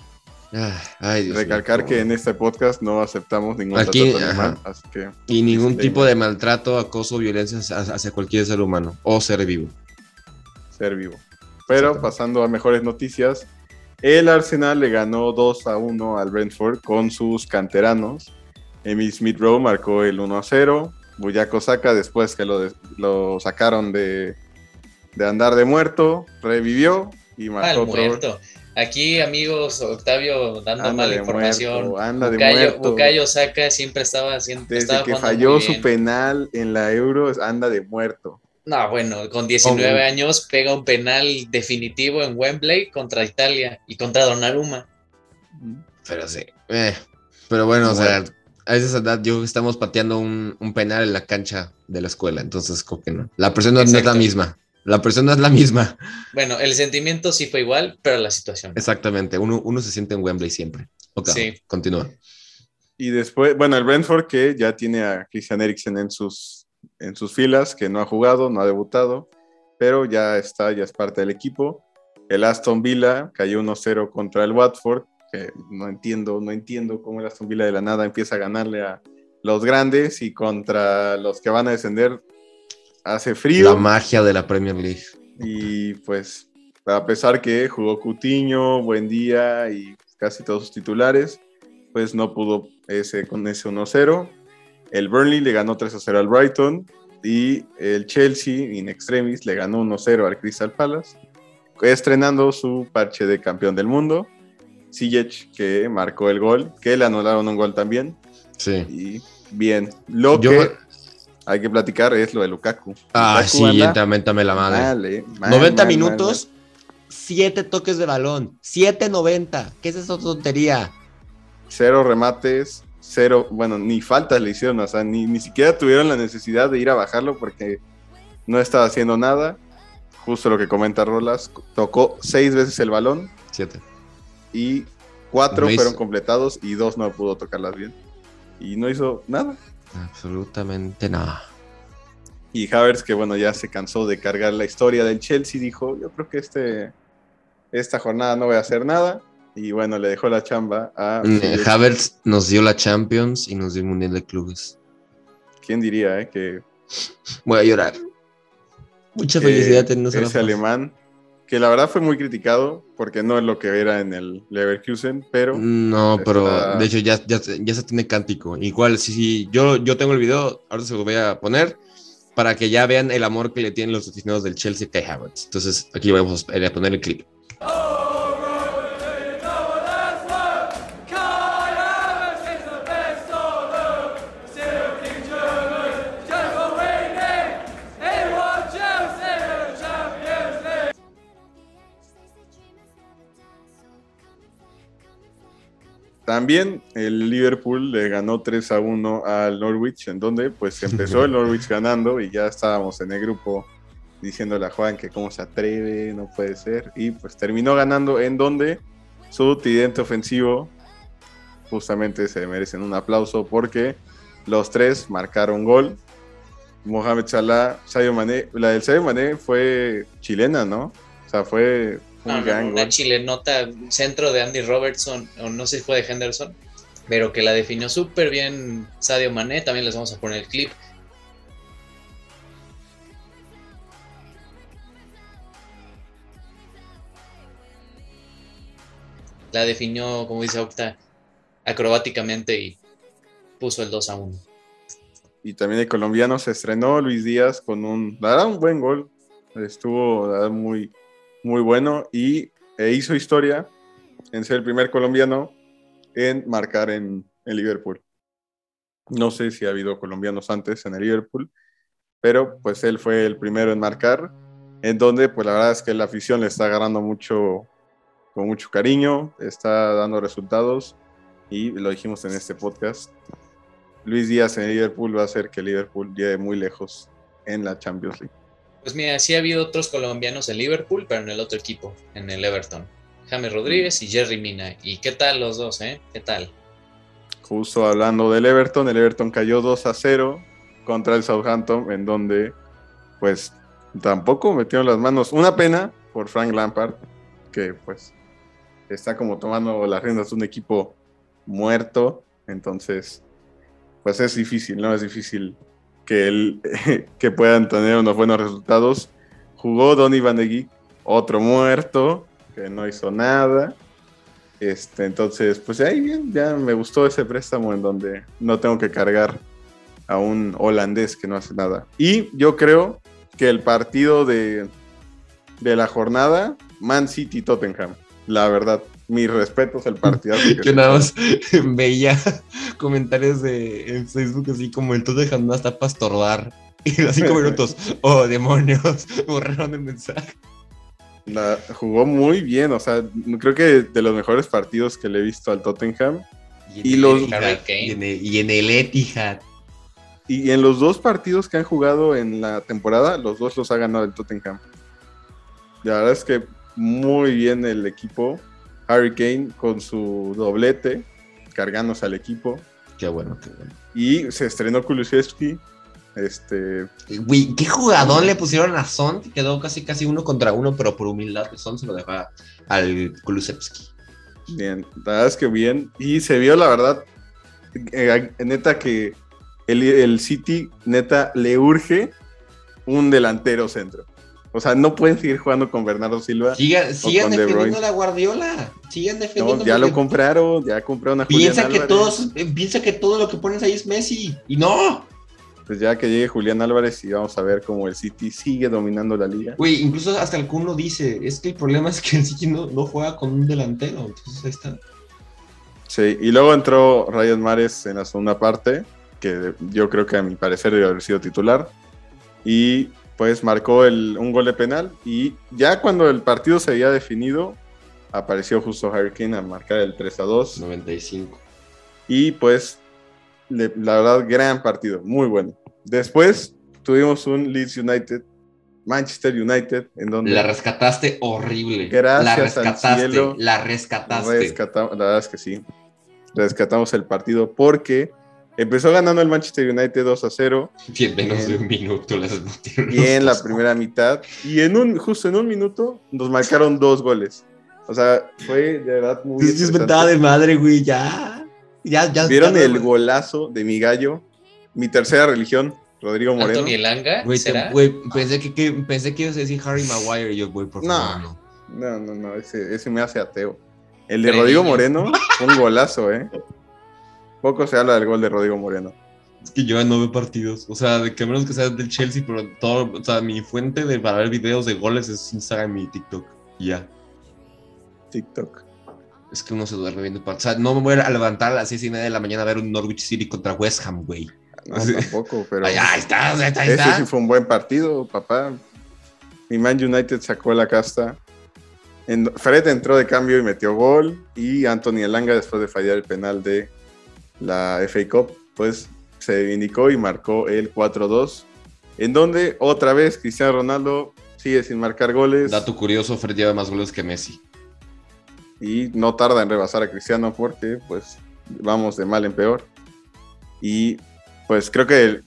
Ay, Dios Recalcar mío, que en este podcast no aceptamos ningún aquí, trato animal, así que... y ningún disclaimer. tipo de maltrato, acoso, violencia hacia cualquier ser humano o ser vivo. Ser vivo. Pero pasando a mejores noticias, el Arsenal le ganó 2-1 al Brentford con sus canteranos. Emil Smith Rowe marcó el 1-0. Bukayo Saka, después que lo sacaron de andar de muerto, revivió y marcó otro. Muerto. Aquí, amigos, Octavio dando Anda mala de información. muerto, anda de muerto. Bukayo Saka siempre estaba haciendo. Desde que falló su penal en la Euro, anda de muerto. No, bueno, con 19 años pega un penal definitivo en Wembley contra Italia y contra Donnarumma. Pero sí. Pero bueno, o sea, a esa edad yo creo que estamos pateando un penal en la cancha de la escuela, entonces creo que no. La presión no es la misma. La presión no es la misma. Bueno, el sentimiento sí fue igual, pero la situación. Exactamente, uno se siente en Wembley siempre. Ok, sí. Continúa. Y después, bueno, el Brentford que ya tiene a Christian Eriksen en sus filas, que no ha jugado, no ha debutado, pero ya es parte del equipo. El Aston Villa cayó 1-0 contra el Watford, que no entiendo cómo el Aston Villa de la nada empieza a ganarle a los grandes y contra los que van a descender hace frío. La magia de la Premier League. Y pues, a pesar que jugó Coutinho, Buendía y casi todos sus titulares, pues no pudo con ese 1-0. El Burnley le ganó 3-0 al Brighton y el Chelsea, in extremis, le ganó 1-0 al Crystal Palace, estrenando su parche de campeón del mundo. Ziyech, que marcó el gol, que le anularon un gol también. Sí. Y bien, que hay que platicar es lo de Lukaku. Sí, métame la madre. 90 minutos, 7 toques de balón, 7.90. ¿Qué es esa tontería? 0 remates, 0, bueno, ni faltas le hicieron, o sea, ni siquiera tuvieron la necesidad de ir a bajarlo porque no estaba haciendo nada. Justo lo que comenta Rolas, tocó 6 veces el balón. 7. Y 4 fueron completados y 2 no pudo tocarlas bien. Y no hizo nada. Absolutamente nada. Y Havertz, que bueno, ya se cansó de cargar la historia del Chelsea, dijo, yo creo que esta jornada no voy a hacer nada. Y bueno, le dejó la chamba a... Havertz nos dio la Champions y nos dio el Mundial de Clubes. ¿Quién diría, que... Voy a llorar. Mucha felicidad en ese alemán, que la verdad fue muy criticado, porque no es lo que era en el Leverkusen, pero... No, pero de hecho ya se tiene cántico. Igual, sí, yo tengo el video, ahora se lo voy a poner, para que ya vean el amor que le tienen los aficionados del Chelsea a Kai Havertz. Entonces, aquí vamos a poner el clip. También el Liverpool le ganó 3-1 al Norwich, en donde pues empezó el Norwich ganando y ya estábamos en el grupo diciéndole a Juan que cómo se atreve, no puede ser, y pues terminó ganando, en donde su tridente ofensivo justamente se merecen un aplauso porque los 3 marcaron gol. Mohamed Salah, Sadio Mané, la del Sadio Mané fue chilena, ¿no? O sea, fue... una chilenota, centro de Andy Robertson, o no sé si fue de Henderson, pero que la definió súper bien Sadio Mané. También les vamos a poner el clip. La definió, como dice Octa, acrobáticamente y puso el 2-1. Y también el colombiano se estrenó, Luis Díaz, con un buen gol. Estuvo muy bueno y hizo historia en ser el primer colombiano en marcar en Liverpool. No sé si ha habido colombianos antes en el Liverpool, pero pues él fue el primero en marcar, en donde pues la verdad es que la afición le está agarrando con mucho cariño, está dando resultados y lo dijimos en este podcast. Luis Díaz en el Liverpool va a hacer que el Liverpool llegue muy lejos en la Champions League. Pues mira, sí ha habido otros colombianos en Liverpool, pero en el otro equipo, en el Everton. James Rodríguez y Jerry Mina. ¿Y qué tal los dos, ¿Qué tal? Justo hablando del Everton, el Everton cayó 2-0 contra el Southampton, en donde pues tampoco metieron las manos. Una pena por Frank Lampard, que pues está como tomando las riendas de un equipo muerto, entonces pues es difícil, ¿no? Es difícil que puedan tener unos buenos resultados. Jugó Donny van de Beek, otro muerto, que no hizo nada. Entonces, pues ahí bien, ya me gustó ese préstamo en donde no tengo que cargar a un holandés que no hace nada. Y yo creo que el partido de la jornada, Man City-Tottenham, la verdad, mis respetos al partidazo. Yo nada más veía comentarios en Facebook así como el Tottenham no está para estorbar. Y los 5 minutos, oh demonios, borraron el mensaje. Jugó muy bien, o sea, creo que de los mejores partidos que le he visto al Tottenham. Y en el Etihad. Y en los 2 partidos que han jugado en la temporada, los 2 los ha ganado el Tottenham. La verdad es que muy bien el equipo. Harry Kane con su doblete, cargándose al equipo. Qué bueno, qué bueno. Y se estrenó Kulusevski. Güey, ¿qué jugador le pusieron a Son? Quedó casi 1 contra 1, pero por humildad Son se lo dejó al Kulusevski. Bien, la verdad es que bien. Y se vio, la verdad, neta que el City, neta, le urge un delantero centro. O sea, no pueden seguir jugando con Bernardo Silva. Sigan defendiendo a la Guardiola. Sigan defendiendo. No, ya lo compraron, ya compraron a Julián Álvarez. Piensa que todo lo que pones ahí es Messi. Y no. Pues ya que llegue Julián Álvarez y vamos a ver cómo el City sigue dominando la liga. Güey, incluso hasta el Kun lo dice. Es que el problema es que el City no juega con un delantero. Entonces ahí está. Sí, y luego entró Riyad Mahrez en la segunda parte, que yo creo que a mi parecer debe haber sido titular. Y pues marcó un gol de penal y ya cuando el partido se había definido, apareció justo Harry Kane a marcar el 3-2. 95. Y pues, la verdad, gran partido, muy bueno. Después tuvimos un Leeds United, Manchester United, en donde... La rescataste horrible. Gracias al cielo. La rescataste. La verdad es que sí. Rescatamos el partido porque... Empezó ganando el Manchester United 2-0. Y en menos de un minuto las metieron. Y en la primera mitad. Y justo en un minuto nos marcaron 2 goles. O sea, fue de verdad muy interesante. Es mentada de madre, güey, ya. ¿Vieron el golazo de mi gallo? Mi tercera religión, Rodrigo Moreno. ¿Anthony Elanga? Güey, pensé que ibas a decir Harry Maguire y yo, güey, por favor, no. Ese me hace ateo. El de Rodrigo Moreno fue un golazo, Poco se habla del gol de Rodrigo Moreno. Es que yo no veo partidos. O sea, de que a menos que sea del Chelsea, pero todo, o sea, mi fuente para ver videos de goles es Instagram y TikTok. Y ya. TikTok. Es que uno se duerme viendo partidos. O sea, no me voy a levantar a las 6:30 de la mañana a ver un Norwich City contra West Ham, güey. No, tampoco, pero... Ahí está. Ese sí fue un buen partido, papá. Mi Man United sacó la casta. Fred entró de cambio y metió gol. Y Anthony Elanga, después de fallar el penal de la FA Cup, pues se vindicó y marcó el 4-2, en donde otra vez Cristiano Ronaldo sigue sin marcar goles. Dato curioso, Fred lleva más goles que Messi. Y no tarda en rebasar a Cristiano porque pues vamos de mal en peor. Y pues creo que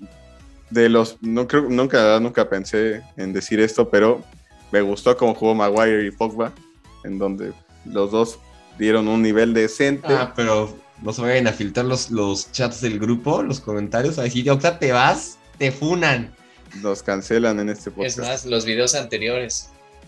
nunca pensé en decir esto, pero me gustó cómo jugó Maguire y Pogba, en donde los dos dieron un nivel decente. Pero no se vayan a filtrar los chats del grupo, los comentarios, a decir, Octa, te vas, te funan. Nos cancelan en este podcast. Es más, los videos anteriores.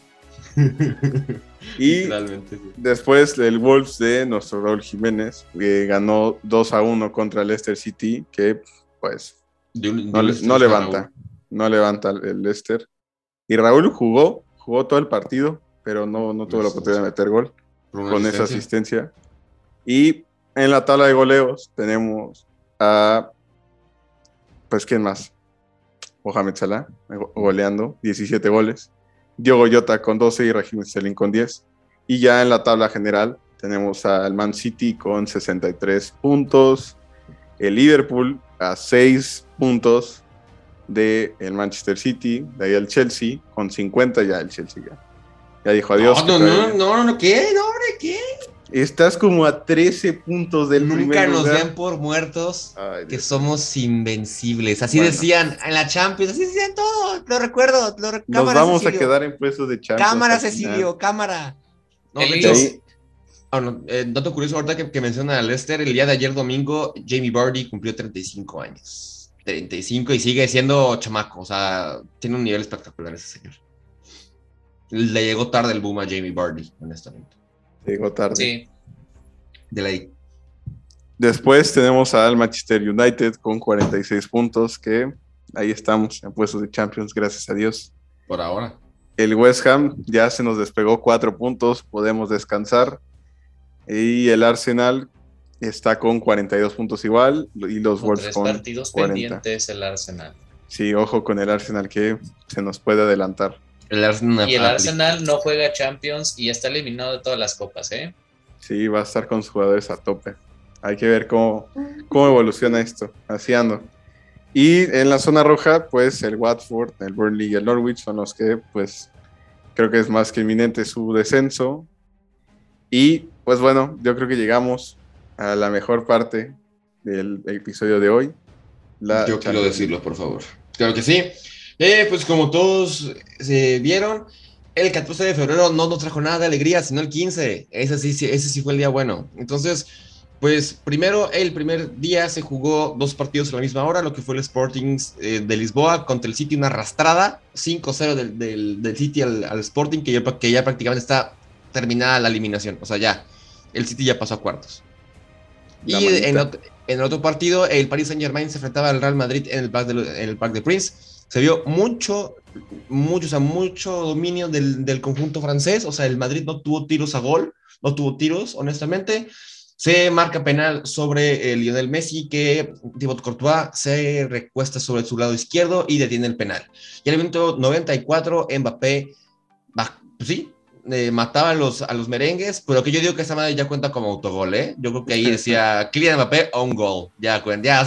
Y después el Wolves de nuestro Raúl Jiménez, que ganó 2-1 contra el Leicester City, que pues no levanta el Leicester. Y Raúl jugó todo el partido, pero no tuvo la oportunidad de meter gol con esa asistencia. Y en la tabla de goleos tenemos a, pues, ¿quién más? Mohamed Salah goleando, 17 goles. Diogo Jota con 12 y Raheem Sterling con 10. Y ya en la tabla general tenemos al Man City con 63 puntos, el Liverpool a 6 puntos del Manchester City, de ahí el Chelsea, con 50 ya el Chelsea ya dijo adiós. No, ¿qué? No, hombre, ¿qué? Estás como a 13 puntos del primer Nunca nos lugar. den por muertos. Ay, que Dios. somos invencibles. Así Bueno. decían en la Champions, así decían todo. Lo recuerdo. Nos Cámara, vamos Cecilio. a quedar en puestos de Champions. Cámara, al final. Cecilio, cámara. No, El de Lille- hecho, dato curioso, ahorita que menciona a Leicester, el día de ayer domingo, Jamie Vardy cumplió 35 años. 35 y sigue siendo chamaco. O sea, tiene un nivel espectacular ese señor. Le llegó tarde el boom a Jamie Vardy, honestamente. Llegó tarde. Sí. De la Después tenemos al Manchester United con 46 puntos, que ahí estamos en puestos de Champions, gracias a Dios. por ahora. El West Ham ya se nos despegó 4 puntos, podemos descansar. Y el Arsenal está con 42 puntos igual, y los Con Wolves 3 con partidos 40. pendientes el Arsenal. Sí, ojo con el Arsenal que se nos puede adelantar. El Arsenal, Y el Arsenal no juega Champions y ya está eliminado de todas las copas, ¿eh? Sí, va a estar con sus jugadores a tope. Hay que ver cómo evoluciona esto. Así ando. Y en la zona roja, pues el Watford, el Burnley y el Norwich son los que, pues, creo que es más que inminente su descenso. Y, pues bueno, yo creo que llegamos a la mejor parte del episodio de hoy. Yo quiero decirlo, por favor. Claro que sí. Pues como todos vieron, el 14 de febrero no nos trajo nada de alegría, sino el 15. Ese sí fue el día bueno. Entonces, pues primero, el primer día se jugó 2 partidos a la misma hora, lo que fue el Sporting de Lisboa contra el City, una arrastrada, 5-0 del City al Sporting, que ya prácticamente está terminada la eliminación. O sea, ya, el City ya pasó a cuartos. Y en el otro partido, el Paris Saint-Germain se enfrentaba al Real Madrid en el Parc des Princes. Se vio mucho dominio del conjunto francés. O sea, el Madrid no tuvo tiros a gol, no tuvo tiros, honestamente. Se marca penal sobre Lionel Messi, que Thibaut Courtois se recuesta sobre su lado izquierdo y detiene el penal. Y al minuto 94, Mbappé, pues sí, mataba a los merengues, pero que yo digo que esa madre ya cuenta como autogol, ¿eh? Yo creo que ahí decía Kylian Mbappé, on goal. Ya.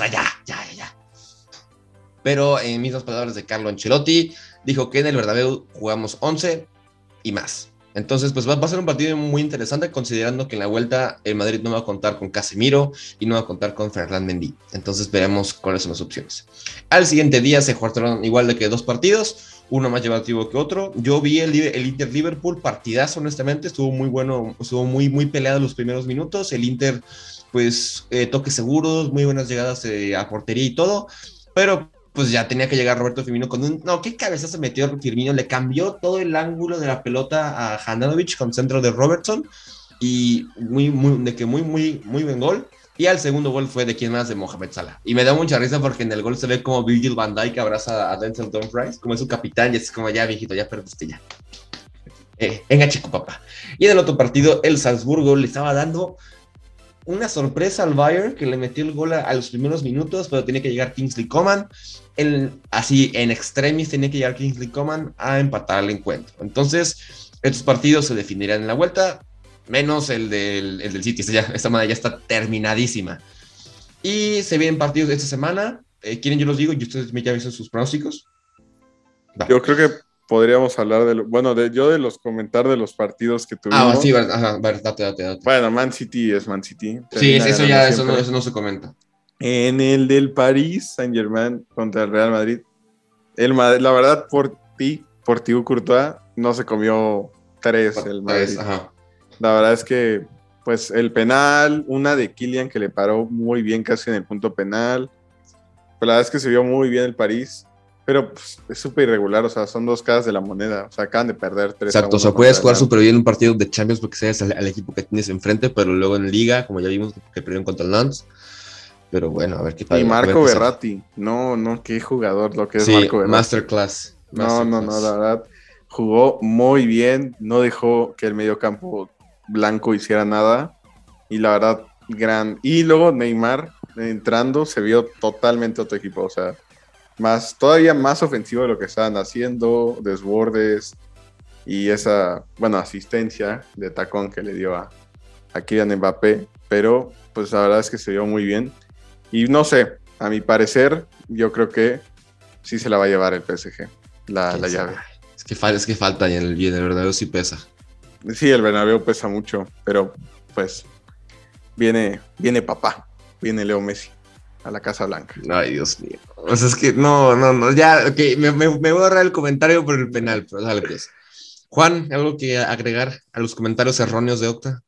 Pero en mismas palabras de Carlo Ancelotti, dijo que en el Bernabéu jugamos 11 y más. Entonces, pues va a ser un partido muy interesante, considerando que en la vuelta el Madrid no va a contar con Casemiro y no va a contar con Ferland Mendy. Entonces veremos cuáles son las opciones. Al siguiente día se jugaron igual de que 2 partidos, uno más llamativo que otro. Yo vi el Inter-Liverpool, partidazo, honestamente, estuvo muy bueno, estuvo muy peleado los primeros minutos. El Inter, pues, toques seguros, muy buenas llegadas a portería y todo, pero pues ya tenía que llegar Roberto Firmino con qué cabezazo metió Firmino, le cambió todo el ángulo de la pelota a Handanovic con centro de Robertson, y muy buen gol. Y al segundo gol fue de quién más, de Mohamed Salah. Y me da mucha risa porque en el gol se ve como Virgil van Dijk abraza a Denzel Dumfries, como es su capitán, y es como, ya viejito, ya perdiste ya. Venga, chico papá. Y en el otro partido, el Salzburgo le estaba dando una sorpresa al Bayern, que le metió el gol a los primeros minutos, pero tenía que llegar Kingsley Coman. Así en extremis tenía que llegar Kingsley Coman a empatar el encuentro. Entonces, estos partidos se definirán en la vuelta, menos el del City. Esta manera ya está terminadísima. Y se vienen partidos esta semana. ¿Quieren yo los digo y ustedes me avisan sus pronósticos? Va. Yo creo que podríamos hablar de los comentar de los partidos que tuvimos. Sí, date. Bueno, Man City es Man City. Sí, eso no se comenta. En el del Paris Saint-Germain contra el Real Madrid, la verdad, por Thibaut Courtois, no se comió 3 el Madrid. La verdad es que, pues, el penal, una de Kylian que le paró muy bien casi en el punto penal. Pero la verdad es que se vio muy bien el París. Pero pues, es súper irregular, o sea, son 2 caras de la moneda. O sea, acaban de perder 3-1. Exacto, o sea, puedes jugar súper bien un partido de Champions porque sabes al equipo que tienes enfrente, pero luego en Liga, como ya vimos, que perdieron contra el Lens. Pero bueno, a ver qué pasa. Y Marco Verratti, no, qué jugador lo que es Marco Verratti. Masterclass. No, la verdad, jugó muy bien, no dejó que el mediocampo blanco hiciera nada. Y la verdad, Y luego Neymar entrando, se vio totalmente otro equipo, o sea, todavía más ofensivo de lo que estaban haciendo, desbordes y esa, asistencia de tacón que le dio a Kylian Mbappé, pero pues la verdad es que se vio muy bien. Y no sé, a mi parecer, yo creo que sí se la va a llevar el PSG, la llave. Es que falta y en el Bernabéu sí pesa. Sí, el Bernabéu pesa mucho, pero pues viene papá, viene Leo Messi a la Casa Blanca. Ay, Dios mío. O sea, es que no, ya, ok, me voy a ahorrar el comentario por el penal, pero dale pues. Juan, ¿algo que agregar a los comentarios erróneos de Octa?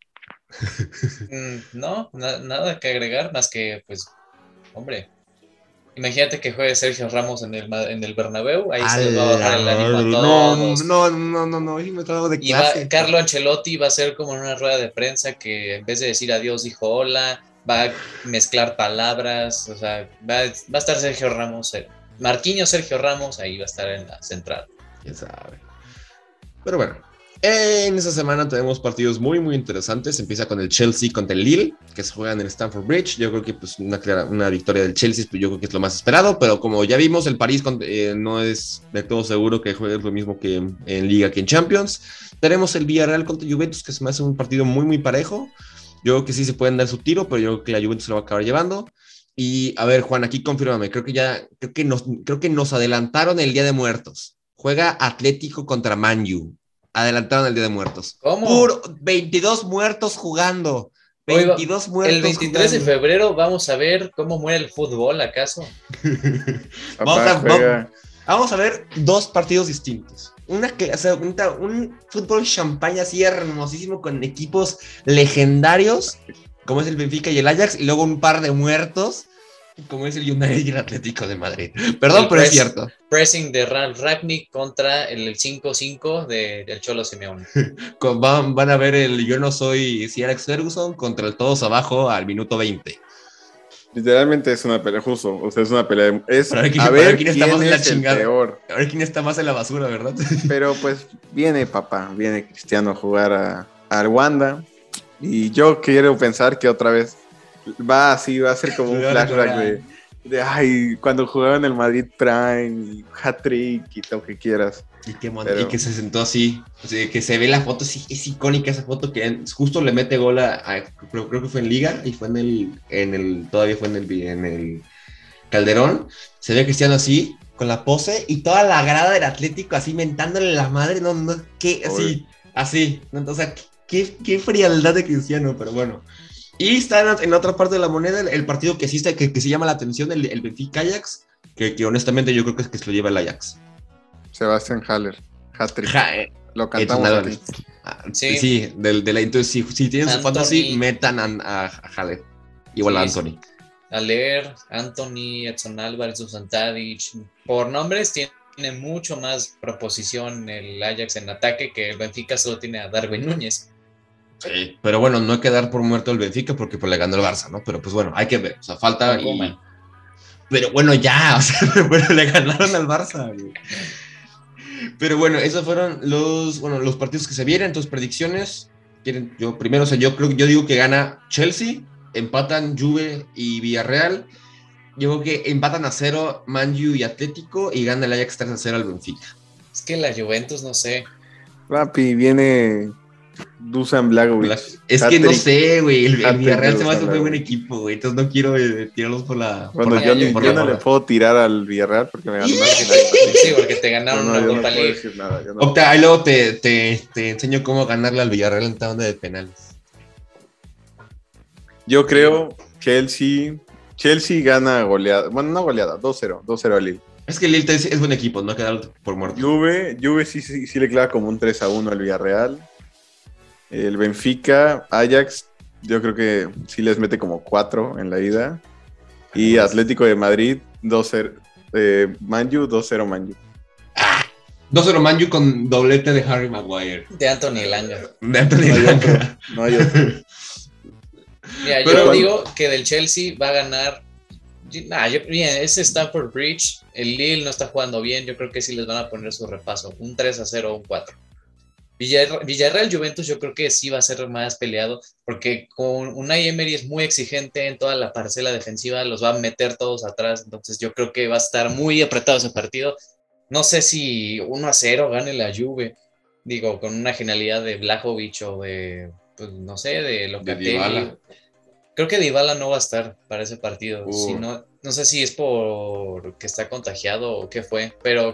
No, nada que agregar, más que, pues, hombre, imagínate que juegue Sergio Ramos en el Bernabéu, ahí se les va a bajar el ánimo a todos. No, y me trago de Y clase. Carlo Ancelotti va a ser como en una rueda de prensa que en vez de decir adiós dijo hola, va a mezclar palabras, o sea, va a estar Sergio Ramos, Marquinhos Sergio Ramos, ahí va a estar en la central. Quién sabe. Pero bueno, en esta semana tenemos partidos muy, muy interesantes. Empieza con el Chelsea contra el Lille, que se juega en el Stamford Bridge. Yo creo que pues, una victoria del Chelsea, pues, yo creo que es lo más esperado. Pero como ya vimos, el París no es de todo seguro que juegue lo mismo que en Liga que en Champions. Tenemos el Villarreal contra Juventus, que se me hace un partido muy, muy parejo. Yo creo que sí se pueden dar su tiro, pero yo creo que la Juventus se lo va a acabar llevando. Y a ver, Juan, aquí confírmame. Creo que nos adelantaron el Día de Muertos. Juega Atlético contra Man U. Adelantaron el Día de Muertos. ¿Cómo? Puro 22 muertos jugando. 22 muertos. El 23 de febrero vamos a ver cómo muere el fútbol, ¿acaso? Vamos a ver dos partidos distintos. Un fútbol champaña así hermosísimo con equipos legendarios, como es el Benfica y el Ajax, y luego un par de muertos, como es el United y el Atlético de Madrid. Perdón, pero es cierto. Pressing de Ralf Rangnick contra el 5-5 del Cholo Simeone. Van a ver el Yo no soy Sir Alex Ferguson contra el Todos Abajo al minuto 20. Literalmente es una pelea, justo. O sea, es una pelea. A ver quién está más en la chingada. Peor. A ver quién está más en la basura, ¿verdad? Pero pues viene Cristiano a jugar a Ruanda. Y yo quiero pensar que otra vez va a ser como un flashback de ay, cuando jugaba en el Madrid Prime, y hat-trick y lo que quieras. Y que se sentó así, o sea, que se ve la foto, es icónica esa foto que justo le mete gol creo que fue en Liga y fue todavía fue en el Calderón. Se ve a Cristiano así, con la pose y toda la grada del Atlético así mentándole la madre, así, o sea, qué frialdad de Cristiano, pero bueno. Y está en otra parte de la moneda el partido que existe, que se llama la atención, el Benfica Ajax, que honestamente yo creo que se lo lleva el Ajax. Sebastián Haller, hat-trick. Lo cantamos aquí. Sí, entonces si tienen su fantasy, metan a Haller. Igual a Anthony. Haller, Anthony, Edson Álvarez, Dusan Tadic. Por nombres tiene mucho más proposición el Ajax en ataque que el Benfica solo tiene a Darwin Núñez. Sí, pero bueno, no hay que dar por muerto el Benfica porque pues le ganó el Barça, ¿no? Pero pues bueno, hay que ver, o sea, falta Pero bueno, ya, o sea, bueno, le ganaron al Barça, güey. Pero bueno, esos fueron los partidos que se vienen, entonces predicciones. Yo digo que gana Chelsea, empatan Juve y Villarreal. Yo creo que empatan a 0 Man U y Atlético y gana el Ajax 3-0 al Benfica. Es que la Juventus, no sé. Papi, viene Dusan Blagovic. Es que no sé, güey. El Villarreal se me hace un muy buen equipo, güey. Entonces no quiero tirarlos por la. Bueno, yo no le puedo tirar al Villarreal porque me ganó una final. Sí, porque te ganaron una Europa League. Ahí luego te enseño cómo ganarle al Villarreal en tanda de penales. Yo creo Chelsea gana goleada. Bueno, no goleada, 2-0 al Lille. Es que el Lille es buen equipo, no quedar por muerto. Juve sí le clava como un 3-1 al Villarreal. El Benfica, Ajax, yo creo que sí les mete como 4 en la ida. Y Atlético de Madrid, 2-0 Man U, 2-0 Man U. 2-0 Man U con doblete de Harry Maguire. De Anthony Langa. No hay otro. Mira, yo digo que del Chelsea va a ganar. Ese Stamford Bridge, el Lille no está jugando bien. Yo creo que sí les van a poner su repaso. Un 3-0 o un 4. Villarreal Juventus yo creo que sí va a ser más peleado porque con Unai Emery es muy exigente en toda la parcela defensiva, los va a meter todos atrás, entonces yo creo que va a estar muy apretado ese partido. No sé si 1-0 gane la Juve, digo, con una genialidad de Vlahovic o de, pues, no sé, de Locatelli. Creo que Dybala no va a estar para ese partido, no sé si es por que está contagiado o qué fue, pero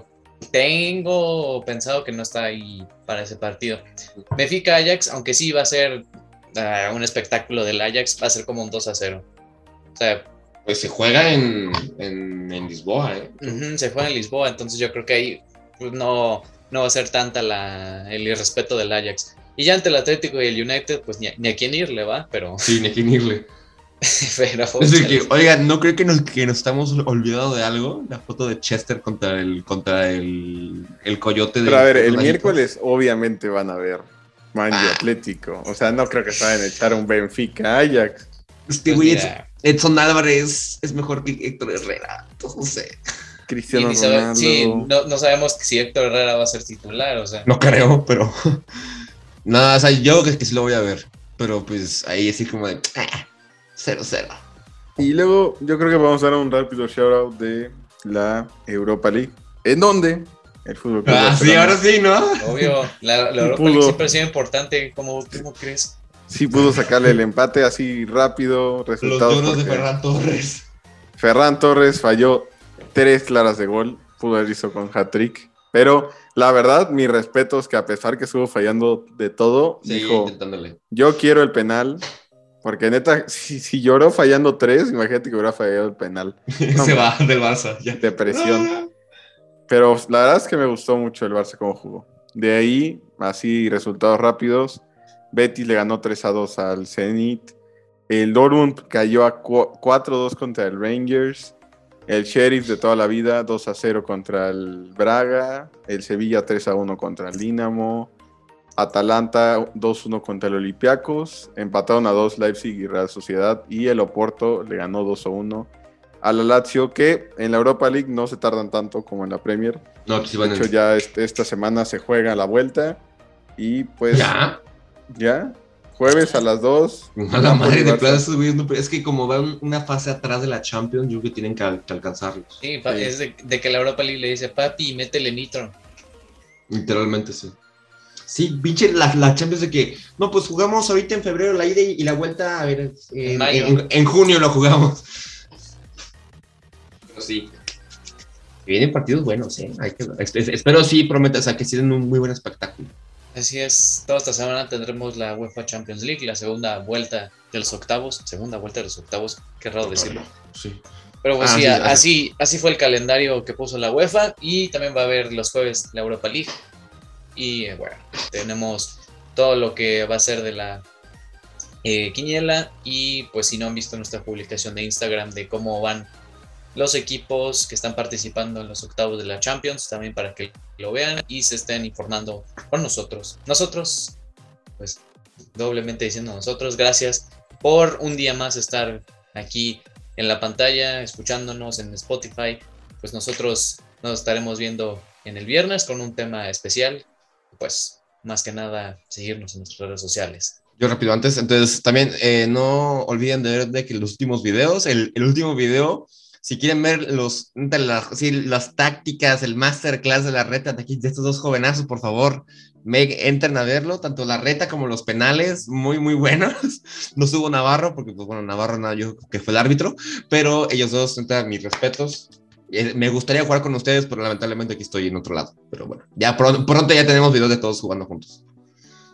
tengo pensado que no está ahí para ese partido. Benfica Ajax, aunque sí va a ser un espectáculo del Ajax, va a ser como un 2-0. O sea, Pues se juega en Lisboa, ¿eh? se juega en Lisboa, entonces yo creo que ahí pues, no va a ser tanta el irrespeto del Ajax. Y ya ante el Atlético y el United, pues ni a quién irle, ¿va? Pero, Sí, ni a quién irle. pero Es decir, que, oigan, ¿no creo que nos estamos olvidando de algo? La foto de Chester contra el coyote de. Pero a ver, el miércoles obviamente van a ver Man y Atlético. O sea, no creo que se vayan a echar un Benfica Ajax. Este güey, Edson Álvarez es mejor que Héctor Herrera. No sé. Cristiano Ronaldo. Sí, no sabemos si Héctor Herrera va a ser titular, o sea. No creo, pero. Nada, o sea, yo creo que sí lo voy a ver. Pero pues ahí así como de 0-0. Y luego yo creo que vamos a dar un rápido shoutout de la Europa League. ¿En dónde? El Fútbol Club Barcelona. Sí, ahora sí, ¿no? Obvio, la Europa League siempre ha sido importante. ¿Cómo crees? Sí pudo sacarle el empate así rápido. Resultados. Los duros de Ferran Torres. Ferran Torres falló 3 claras de gol. Pudo haber hizo con hat-trick. Pero la verdad, mi respeto es que a pesar que estuvo fallando de todo, sí, dijo, intentándole. Yo quiero el penal. Porque neta, si lloró fallando 3, imagínate que hubiera fallado el penal. No, se va del Barça. Ya. Depresión. Pero la verdad es que me gustó mucho el Barça como jugó. De ahí, así, resultados rápidos. Betis le ganó 3-2 al Zenit. El Dortmund cayó a 4-2 contra el Rangers. El Sheriff de toda la vida, 2-0 contra el Braga. El Sevilla 3-1 contra el Dinamo. Atalanta 2-1 contra el Olympiacos, empataron a 2 Leipzig y Real Sociedad, y el Oporto le ganó 2-1 a la Lazio, que en la Europa League no se tardan tanto como en la Premier. No, que sí van de hecho, ya esta semana se juega la vuelta, y pues ya jueves a las 2. A la madre de plata, esos güeyes no, es que como van una fase atrás de la Champions, yo creo que tienen que alcanzarlos. Sí, es de que la Europa League le dice, papi, métele nitro. Literalmente sí. Sí, pinche la Champions de que, no, pues jugamos ahorita en febrero la ida y la vuelta, a ver, en junio lo jugamos. Pero sí. Vienen partidos buenos, espero sí, promete, o sea, que den un muy buen espectáculo. Así es, toda esta semana tendremos la UEFA Champions League, la segunda vuelta de los octavos, qué raro decirlo. Sí. Pero pues sí, así fue el calendario que puso la UEFA, y también va a haber los jueves la Europa League. Y bueno, tenemos todo lo que va a ser de la quiniela. Y pues si no han visto nuestra publicación de Instagram de cómo van los equipos que están participando en los octavos de la Champions, también para que lo vean y se estén informando con nosotros. Nosotros, pues doblemente diciendo nosotros, gracias por un día más estar aquí en la pantalla, escuchándonos en Spotify. Pues nosotros nos estaremos viendo en el viernes con un tema especial. Pues más que nada seguirnos en nuestras redes sociales. Yo rápido antes, entonces también no olviden de ver que los últimos videos, el último video, si quieren ver las tácticas, el masterclass de la reta de estos dos jovenazos, por favor, entren a verlo, tanto la reta como los penales, muy muy buenos. No subo Navarro, porque pues bueno, Navarro nada, yo que fue el árbitro, pero ellos dos, mis respetos. Me gustaría jugar con ustedes, pero lamentablemente aquí estoy en otro lado. Pero bueno, ya pronto ya tenemos videos de todos jugando juntos.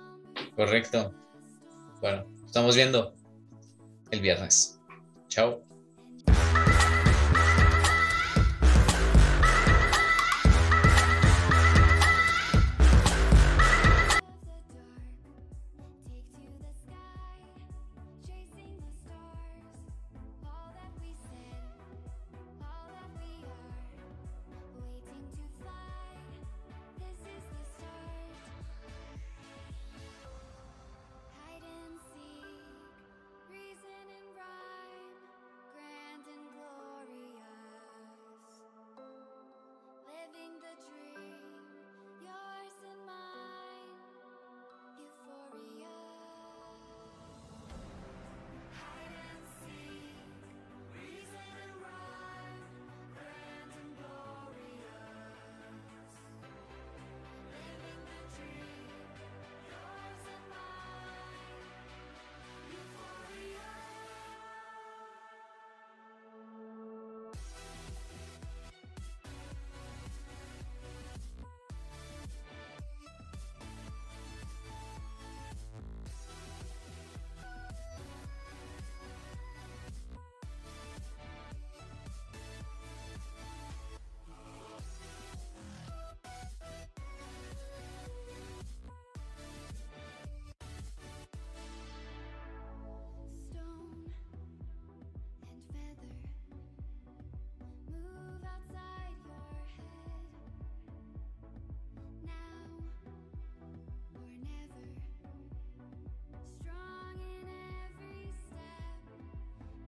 Correcto. Bueno, estamos viendo el viernes. Chao.